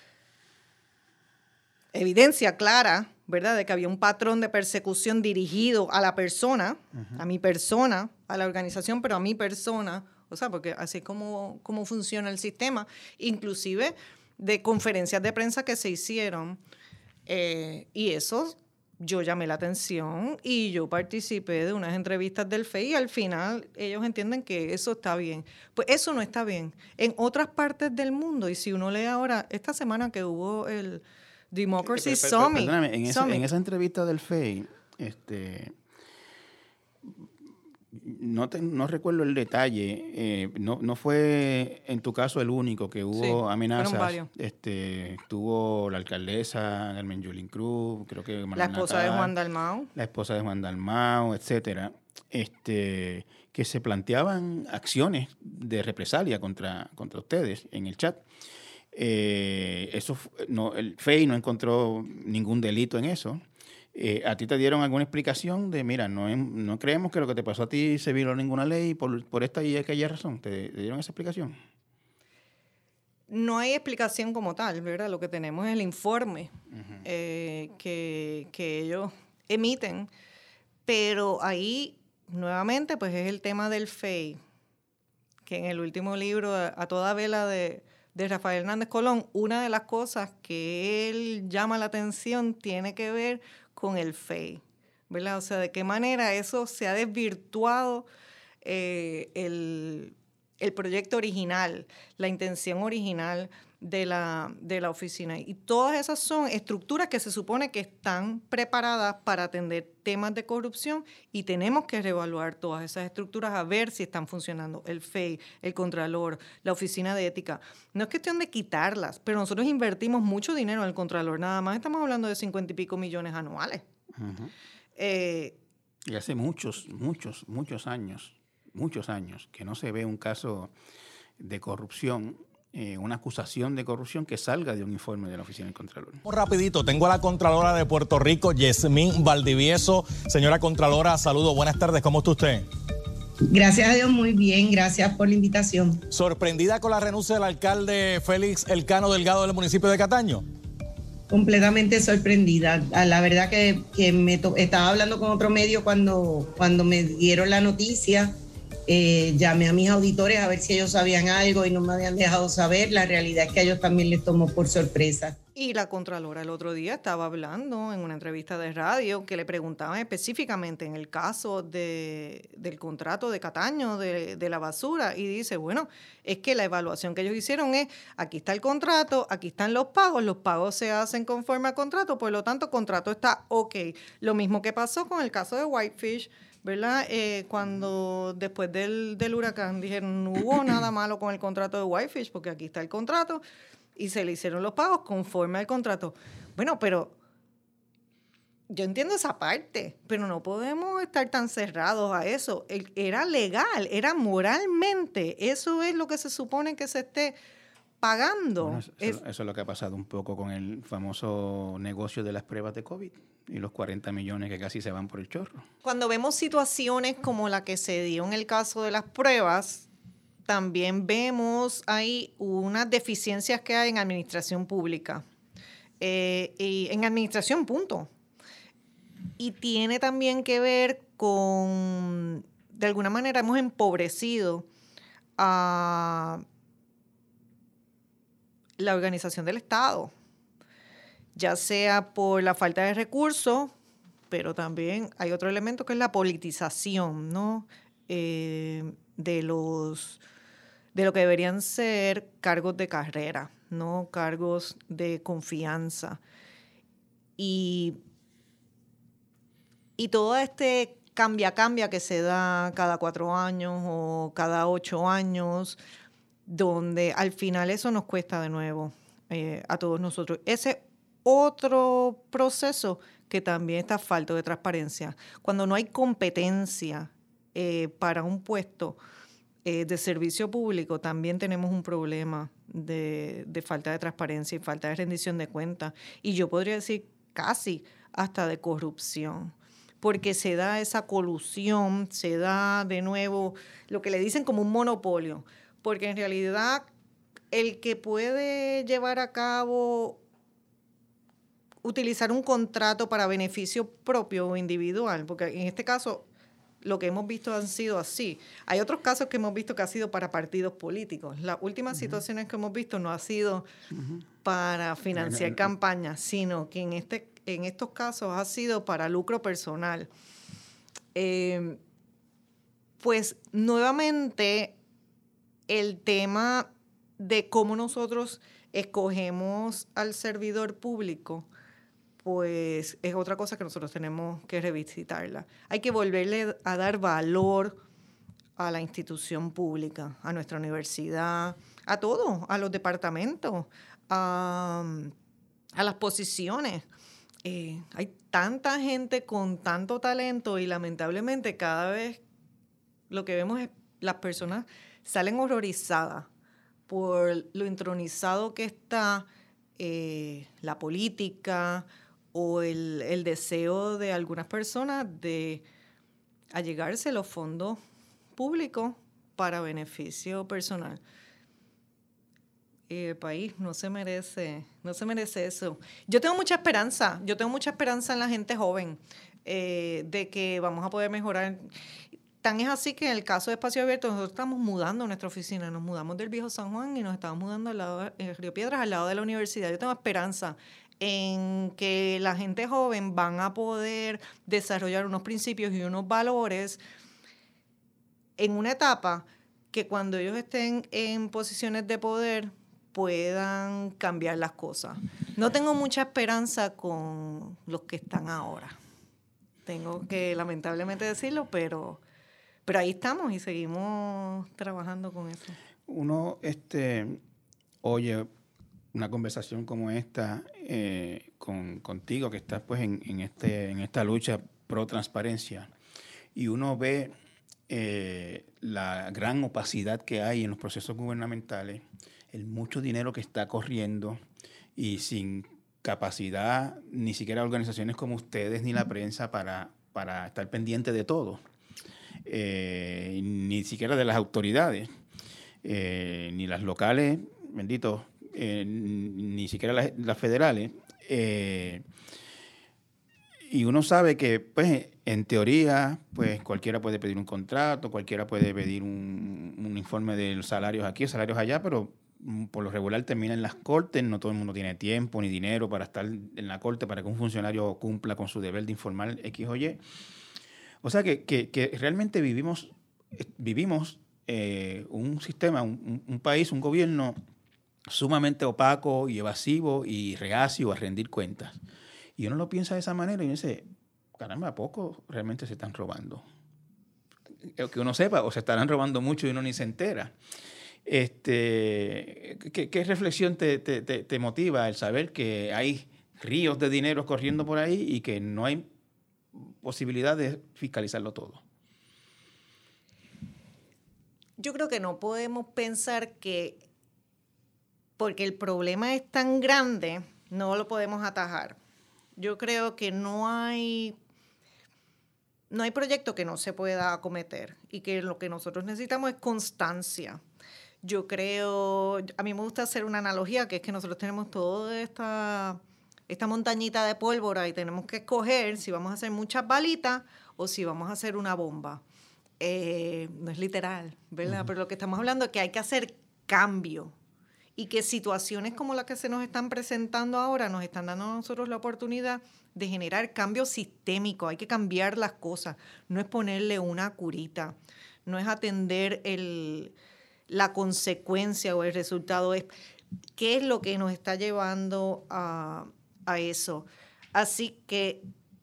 evidencia clara, ¿verdad?, de que había un patrón de persecución dirigido a la persona, uh-huh. a mi persona, a la organización, pero a mi persona, o sea, porque así es como, como funciona el sistema, inclusive de conferencias de prensa que se hicieron, eh, y eso yo llamé la atención y yo participé de unas entrevistas del F E I y al final ellos entienden que eso está bien. Pues eso no está bien. En otras partes del mundo, y si uno lee ahora, esta semana que hubo el Democracy pero, pero, Summit. Perdóname, en, ese, Summit. en esa entrevista del F E I, este, no, te, no recuerdo el detalle, eh, no, no fue en tu caso el único que hubo sí, amenazas. Este, estuvo la alcaldesa Carmen Yulín Cruz, creo que Manuel la esposa Natal, de Juan Dalmau. La esposa de Juan Dalmau, etcétera. este, que se planteaban acciones de represalia contra, contra ustedes en el chat. Eh, eso no, el F E I no encontró ningún delito en eso. Eh, ¿A ti te dieron alguna explicación de, mira, no, no creemos que lo que te pasó a ti se violó ninguna ley por, por esta y aquella razón? ¿Te, te dieron esa explicación? No hay explicación como tal, ¿verdad? Lo que tenemos es el informe uh-huh. eh, que, que ellos emiten, pero ahí, nuevamente, pues es el tema del F E I, que en el último libro, A, a toda vela de, de Rafael Hernández Colón, una de las cosas que él llama la atención tiene que ver con el F E I, ¿verdad? O sea, de qué manera eso se ha desvirtuado eh, el, el proyecto original, la intención original de la, de la oficina. Y todas esas son estructuras que se supone que están preparadas para atender temas de corrupción y tenemos que reevaluar todas esas estructuras a ver si están funcionando. El F E I, el Contralor, la Oficina de Ética. No es cuestión de quitarlas, pero nosotros invertimos mucho dinero en el Contralor. Nada más estamos hablando de cincuenta y pico millones anuales. Uh-huh. eh, y hace muchos, muchos, muchos años, muchos años que no se ve un caso de corrupción, Eh, una acusación de corrupción que salga de un informe de la Oficina del Contralor. Rapidito, tengo a la Contralora de Puerto Rico, Yasmín Valdivieso. Señora Contralora, saludos, buenas tardes, ¿cómo está usted? Gracias a Dios, muy bien, gracias por la invitación. ¿Sorprendida con la renuncia del alcalde Félix Elcano Delgado del municipio de Cataño? Completamente sorprendida. La verdad que, que me to- estaba hablando con otro medio cuando, cuando me dieron la noticia. Eh, llamé a mis auditores a ver si ellos sabían algo y no me habían dejado saber. La realidad es que a ellos también les tomó por sorpresa. Y la Contralora el otro día estaba hablando en una entrevista de radio que le preguntaban específicamente en el caso de, del contrato de Cataño, de, de la basura, y dice, bueno, es que la evaluación que ellos hicieron es, aquí está el contrato, aquí están los pagos, los pagos se hacen conforme al contrato, por lo tanto, el contrato está ok. Lo mismo que pasó con el caso de Whitefish, ¿verdad? Eh, cuando después del, del huracán dijeron, no hubo nada malo con el contrato de Whitefish, porque aquí está el contrato, y se le hicieron los pagos conforme al contrato. Bueno, pero yo entiendo esa parte, pero no podemos estar tan cerrados a eso. El, era legal, era moralmente, eso es lo que se supone que se esté pagando. Bueno, eso, es, eso es lo que ha pasado un poco con el famoso negocio de las pruebas de COVID y los cuarenta millones que casi se van por el chorro. Cuando vemos situaciones como la que se dio en el caso de las pruebas, también vemos ahí unas deficiencias que hay en administración pública. Eh, y en administración, punto. Y tiene también que ver con, de alguna manera, hemos empobrecido a la organización del Estado, ya sea por la falta de recursos, pero también hay otro elemento que es la politización, ¿no? Eh, de los de lo que deberían ser cargos de carrera, ¿no? Cargos de confianza. Y, y todo este cambia-cambia que se da cada cuatro años o cada ocho años, donde al final eso nos cuesta de nuevo eh, a todos nosotros. Ese otro proceso que también está falto de transparencia. Cuando no hay competencia eh, para un puesto eh, de servicio público, también tenemos un problema de, de falta de transparencia y falta de rendición de cuentas. Y yo podría decir casi hasta de corrupción, porque se da esa colusión, se da de nuevo lo que le dicen como un monopolio, porque en realidad el que puede llevar a cabo, utilizar un contrato para beneficio propio o individual, porque en este caso lo que hemos visto han sido así. Hay otros casos que hemos visto que ha sido para partidos políticos. Las últimas uh-huh. situaciones que hemos visto no ha sido uh-huh. para financiar uh-huh. campañas, sino que en, este, en estos casos ha sido para lucro personal. Eh, pues nuevamente el tema de cómo nosotros escogemos al servidor público, pues es otra cosa que nosotros tenemos que revisitarla. Hay que volverle a dar valor a la institución pública, a nuestra universidad, a todo, a los departamentos, a, a las posiciones, eh, hay tanta gente con tanto talento y lamentablemente cada vez lo que vemos es las personas salen horrorizadas por lo entronizado que está eh, la política o el, el deseo de algunas personas de allegarse los fondos públicos para beneficio personal. El país no se merece, no se merece eso. Yo tengo mucha esperanza, yo tengo mucha esperanza en la gente joven eh, de que vamos a poder mejorar. Tan es así que en el caso de Espacio Abierto nosotros estamos mudando nuestra oficina, nos mudamos del viejo San Juan y nos estamos mudando al lado de Río Piedras, al lado de la universidad. Yo tengo esperanza en que la gente joven van a poder desarrollar unos principios y unos valores en una etapa que cuando ellos estén en posiciones de poder puedan cambiar las cosas. No tengo mucha esperanza con los que están ahora. Tengo que lamentablemente decirlo, pero, pero ahí estamos y seguimos trabajando con eso. Uno este, oye una conversación como esta eh, con, contigo, que estás pues en, en, este, en esta lucha pro transparencia, y uno ve eh, la gran opacidad que hay en los procesos gubernamentales, el mucho dinero que está corriendo y sin capacidad ni siquiera organizaciones como ustedes ni la prensa para, para estar pendiente de todo, eh, ni siquiera de las autoridades, eh, ni las locales, bendito, eh, ni siquiera las, las federales. Eh, y uno sabe que, pues, en teoría, pues cualquiera puede pedir un contrato, cualquiera puede pedir un, un informe de los salarios aquí, salarios allá, pero por lo regular termina en las cortes, no todo el mundo tiene tiempo ni dinero para estar en la corte para que un funcionario cumpla con su deber de informar X o Y. O sea que, que, que realmente vivimos, vivimos eh, un sistema, un, un país, un gobierno sumamente opaco y evasivo y reacio a rendir cuentas. Y uno lo piensa de esa manera y uno dice, caramba, ¿a poco realmente se están robando? Que uno sepa, o se estarán robando mucho y uno ni se entera. Este, ¿qué, qué reflexión te, te, te, te motiva el saber que hay ríos de dinero corriendo por ahí y que no hay posibilidad de fiscalizarlo todo? Yo creo que no podemos pensar que porque el problema es tan grande, no lo podemos atajar. Yo creo que no hay, no hay proyecto que no se pueda acometer y que lo que nosotros necesitamos es constancia. Yo creo, a mí me gusta hacer una analogía, que es que nosotros tenemos toda esta, esta montañita de pólvora y tenemos que escoger si vamos a hacer muchas balitas o si vamos a hacer una bomba. Eh, no es literal, ¿verdad? Uh-huh. Pero lo que estamos hablando es que hay que hacer cambio y que situaciones como las que se nos están presentando ahora nos están dando a nosotros la oportunidad de generar cambio sistémico. Hay que cambiar las cosas, no es ponerle una curita, no es atender el... la consecuencia o el resultado, es qué es lo que nos está llevando a, a eso. Así que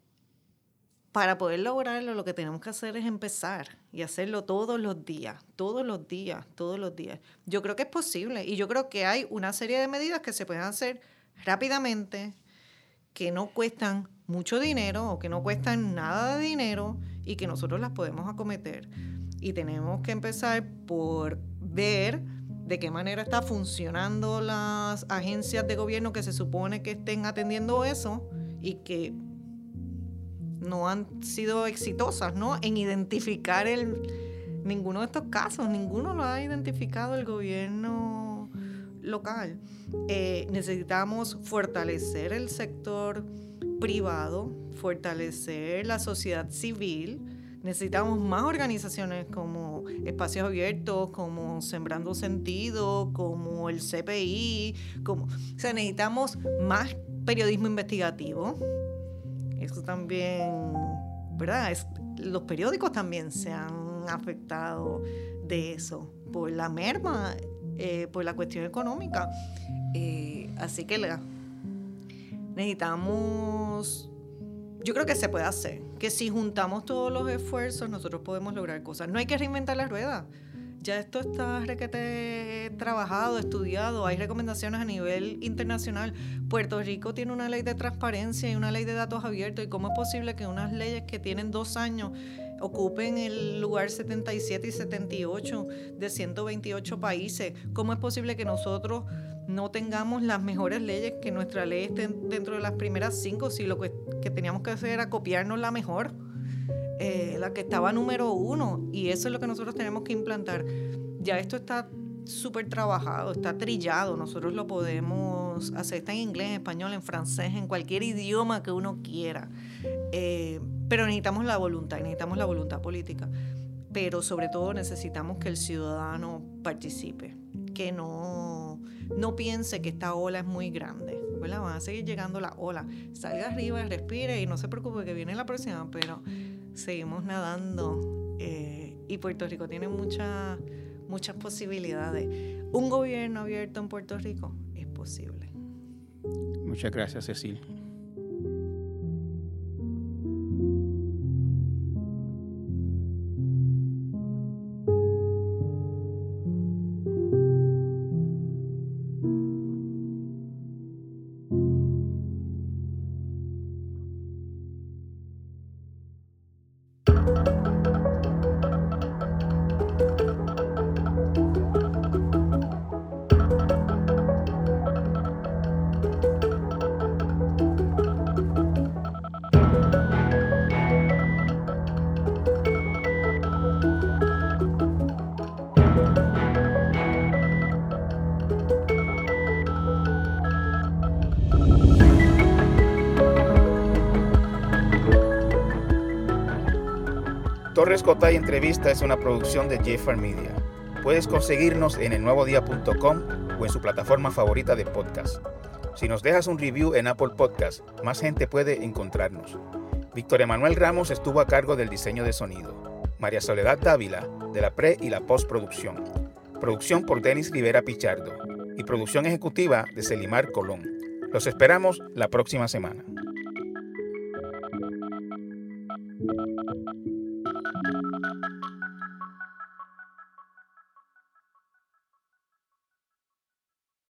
para poder lograrlo, lo que tenemos que hacer es empezar y hacerlo todos los días, todos los días, todos los días. Yo creo que es posible y yo creo que hay una serie de medidas que se pueden hacer rápidamente, que no cuestan mucho dinero o que no cuestan nada de dinero y que nosotros las podemos acometer. Y tenemos que empezar por ver de qué manera están funcionando las agencias de gobierno que se supone que estén atendiendo eso y que no han sido exitosas, ¿no?, en identificar el, ninguno de estos casos, ninguno lo ha identificado el gobierno local. Eh, necesitamos fortalecer el sector privado, fortalecer la sociedad civil. Necesitamos más organizaciones como Espacios Abiertos, como Sembrando Sentido, como el C P I. Como, o sea, necesitamos más periodismo investigativo. Eso también, ¿verdad? Es, los periódicos también se han afectado de eso, por la merma, eh, por la cuestión económica. Eh, así que la, necesitamos... Yo creo que se puede hacer, que si juntamos todos los esfuerzos, nosotros podemos lograr cosas. No hay que reinventar la rueda. Ya esto está requete trabajado, estudiado, hay recomendaciones a nivel internacional. Puerto Rico tiene una ley de transparencia y una ley de datos abiertos, y cómo es posible que unas leyes que tienen dos años ocupen el lugar setenta y siete y setenta y ocho de ciento veintiocho países. ¿Cómo es posible que nosotros no tengamos las mejores leyes, que nuestra ley esté dentro de las primeras cinco, si lo que, que teníamos que hacer era copiarnos la mejor? Eh, la que estaba número uno, y eso es lo que nosotros tenemos que implantar. Ya esto está súper trabajado, está trillado, nosotros lo podemos hacer, está en inglés, en español, en francés, en cualquier idioma que uno quiera, eh, pero necesitamos la voluntad, necesitamos la voluntad política, pero sobre todo necesitamos que el ciudadano participe, que no, no piense que esta ola es muy grande, ¿verdad? Van a seguir llegando las olas, salga arriba, respire y no se preocupe que viene la próxima, pero seguimos nadando, eh, y Puerto Rico tiene muchas muchas posibilidades. Un gobierno abierto en Puerto Rico es posible. Muchas gracias, Cecil. Torres Cotay Entrevista es una producción de J F A R Media. Puedes conseguirnos en el nuevo día punto com o en su plataforma favorita de podcast. Si nos dejas un review en Apple Podcast, más gente puede encontrarnos. Víctor Emanuel Ramos estuvo a cargo del diseño de sonido. María Soledad Dávila, de la pre y la postproducción. Producción por Denis Rivera Pichardo. Y producción ejecutiva de Celimar Colón. Los esperamos la próxima semana.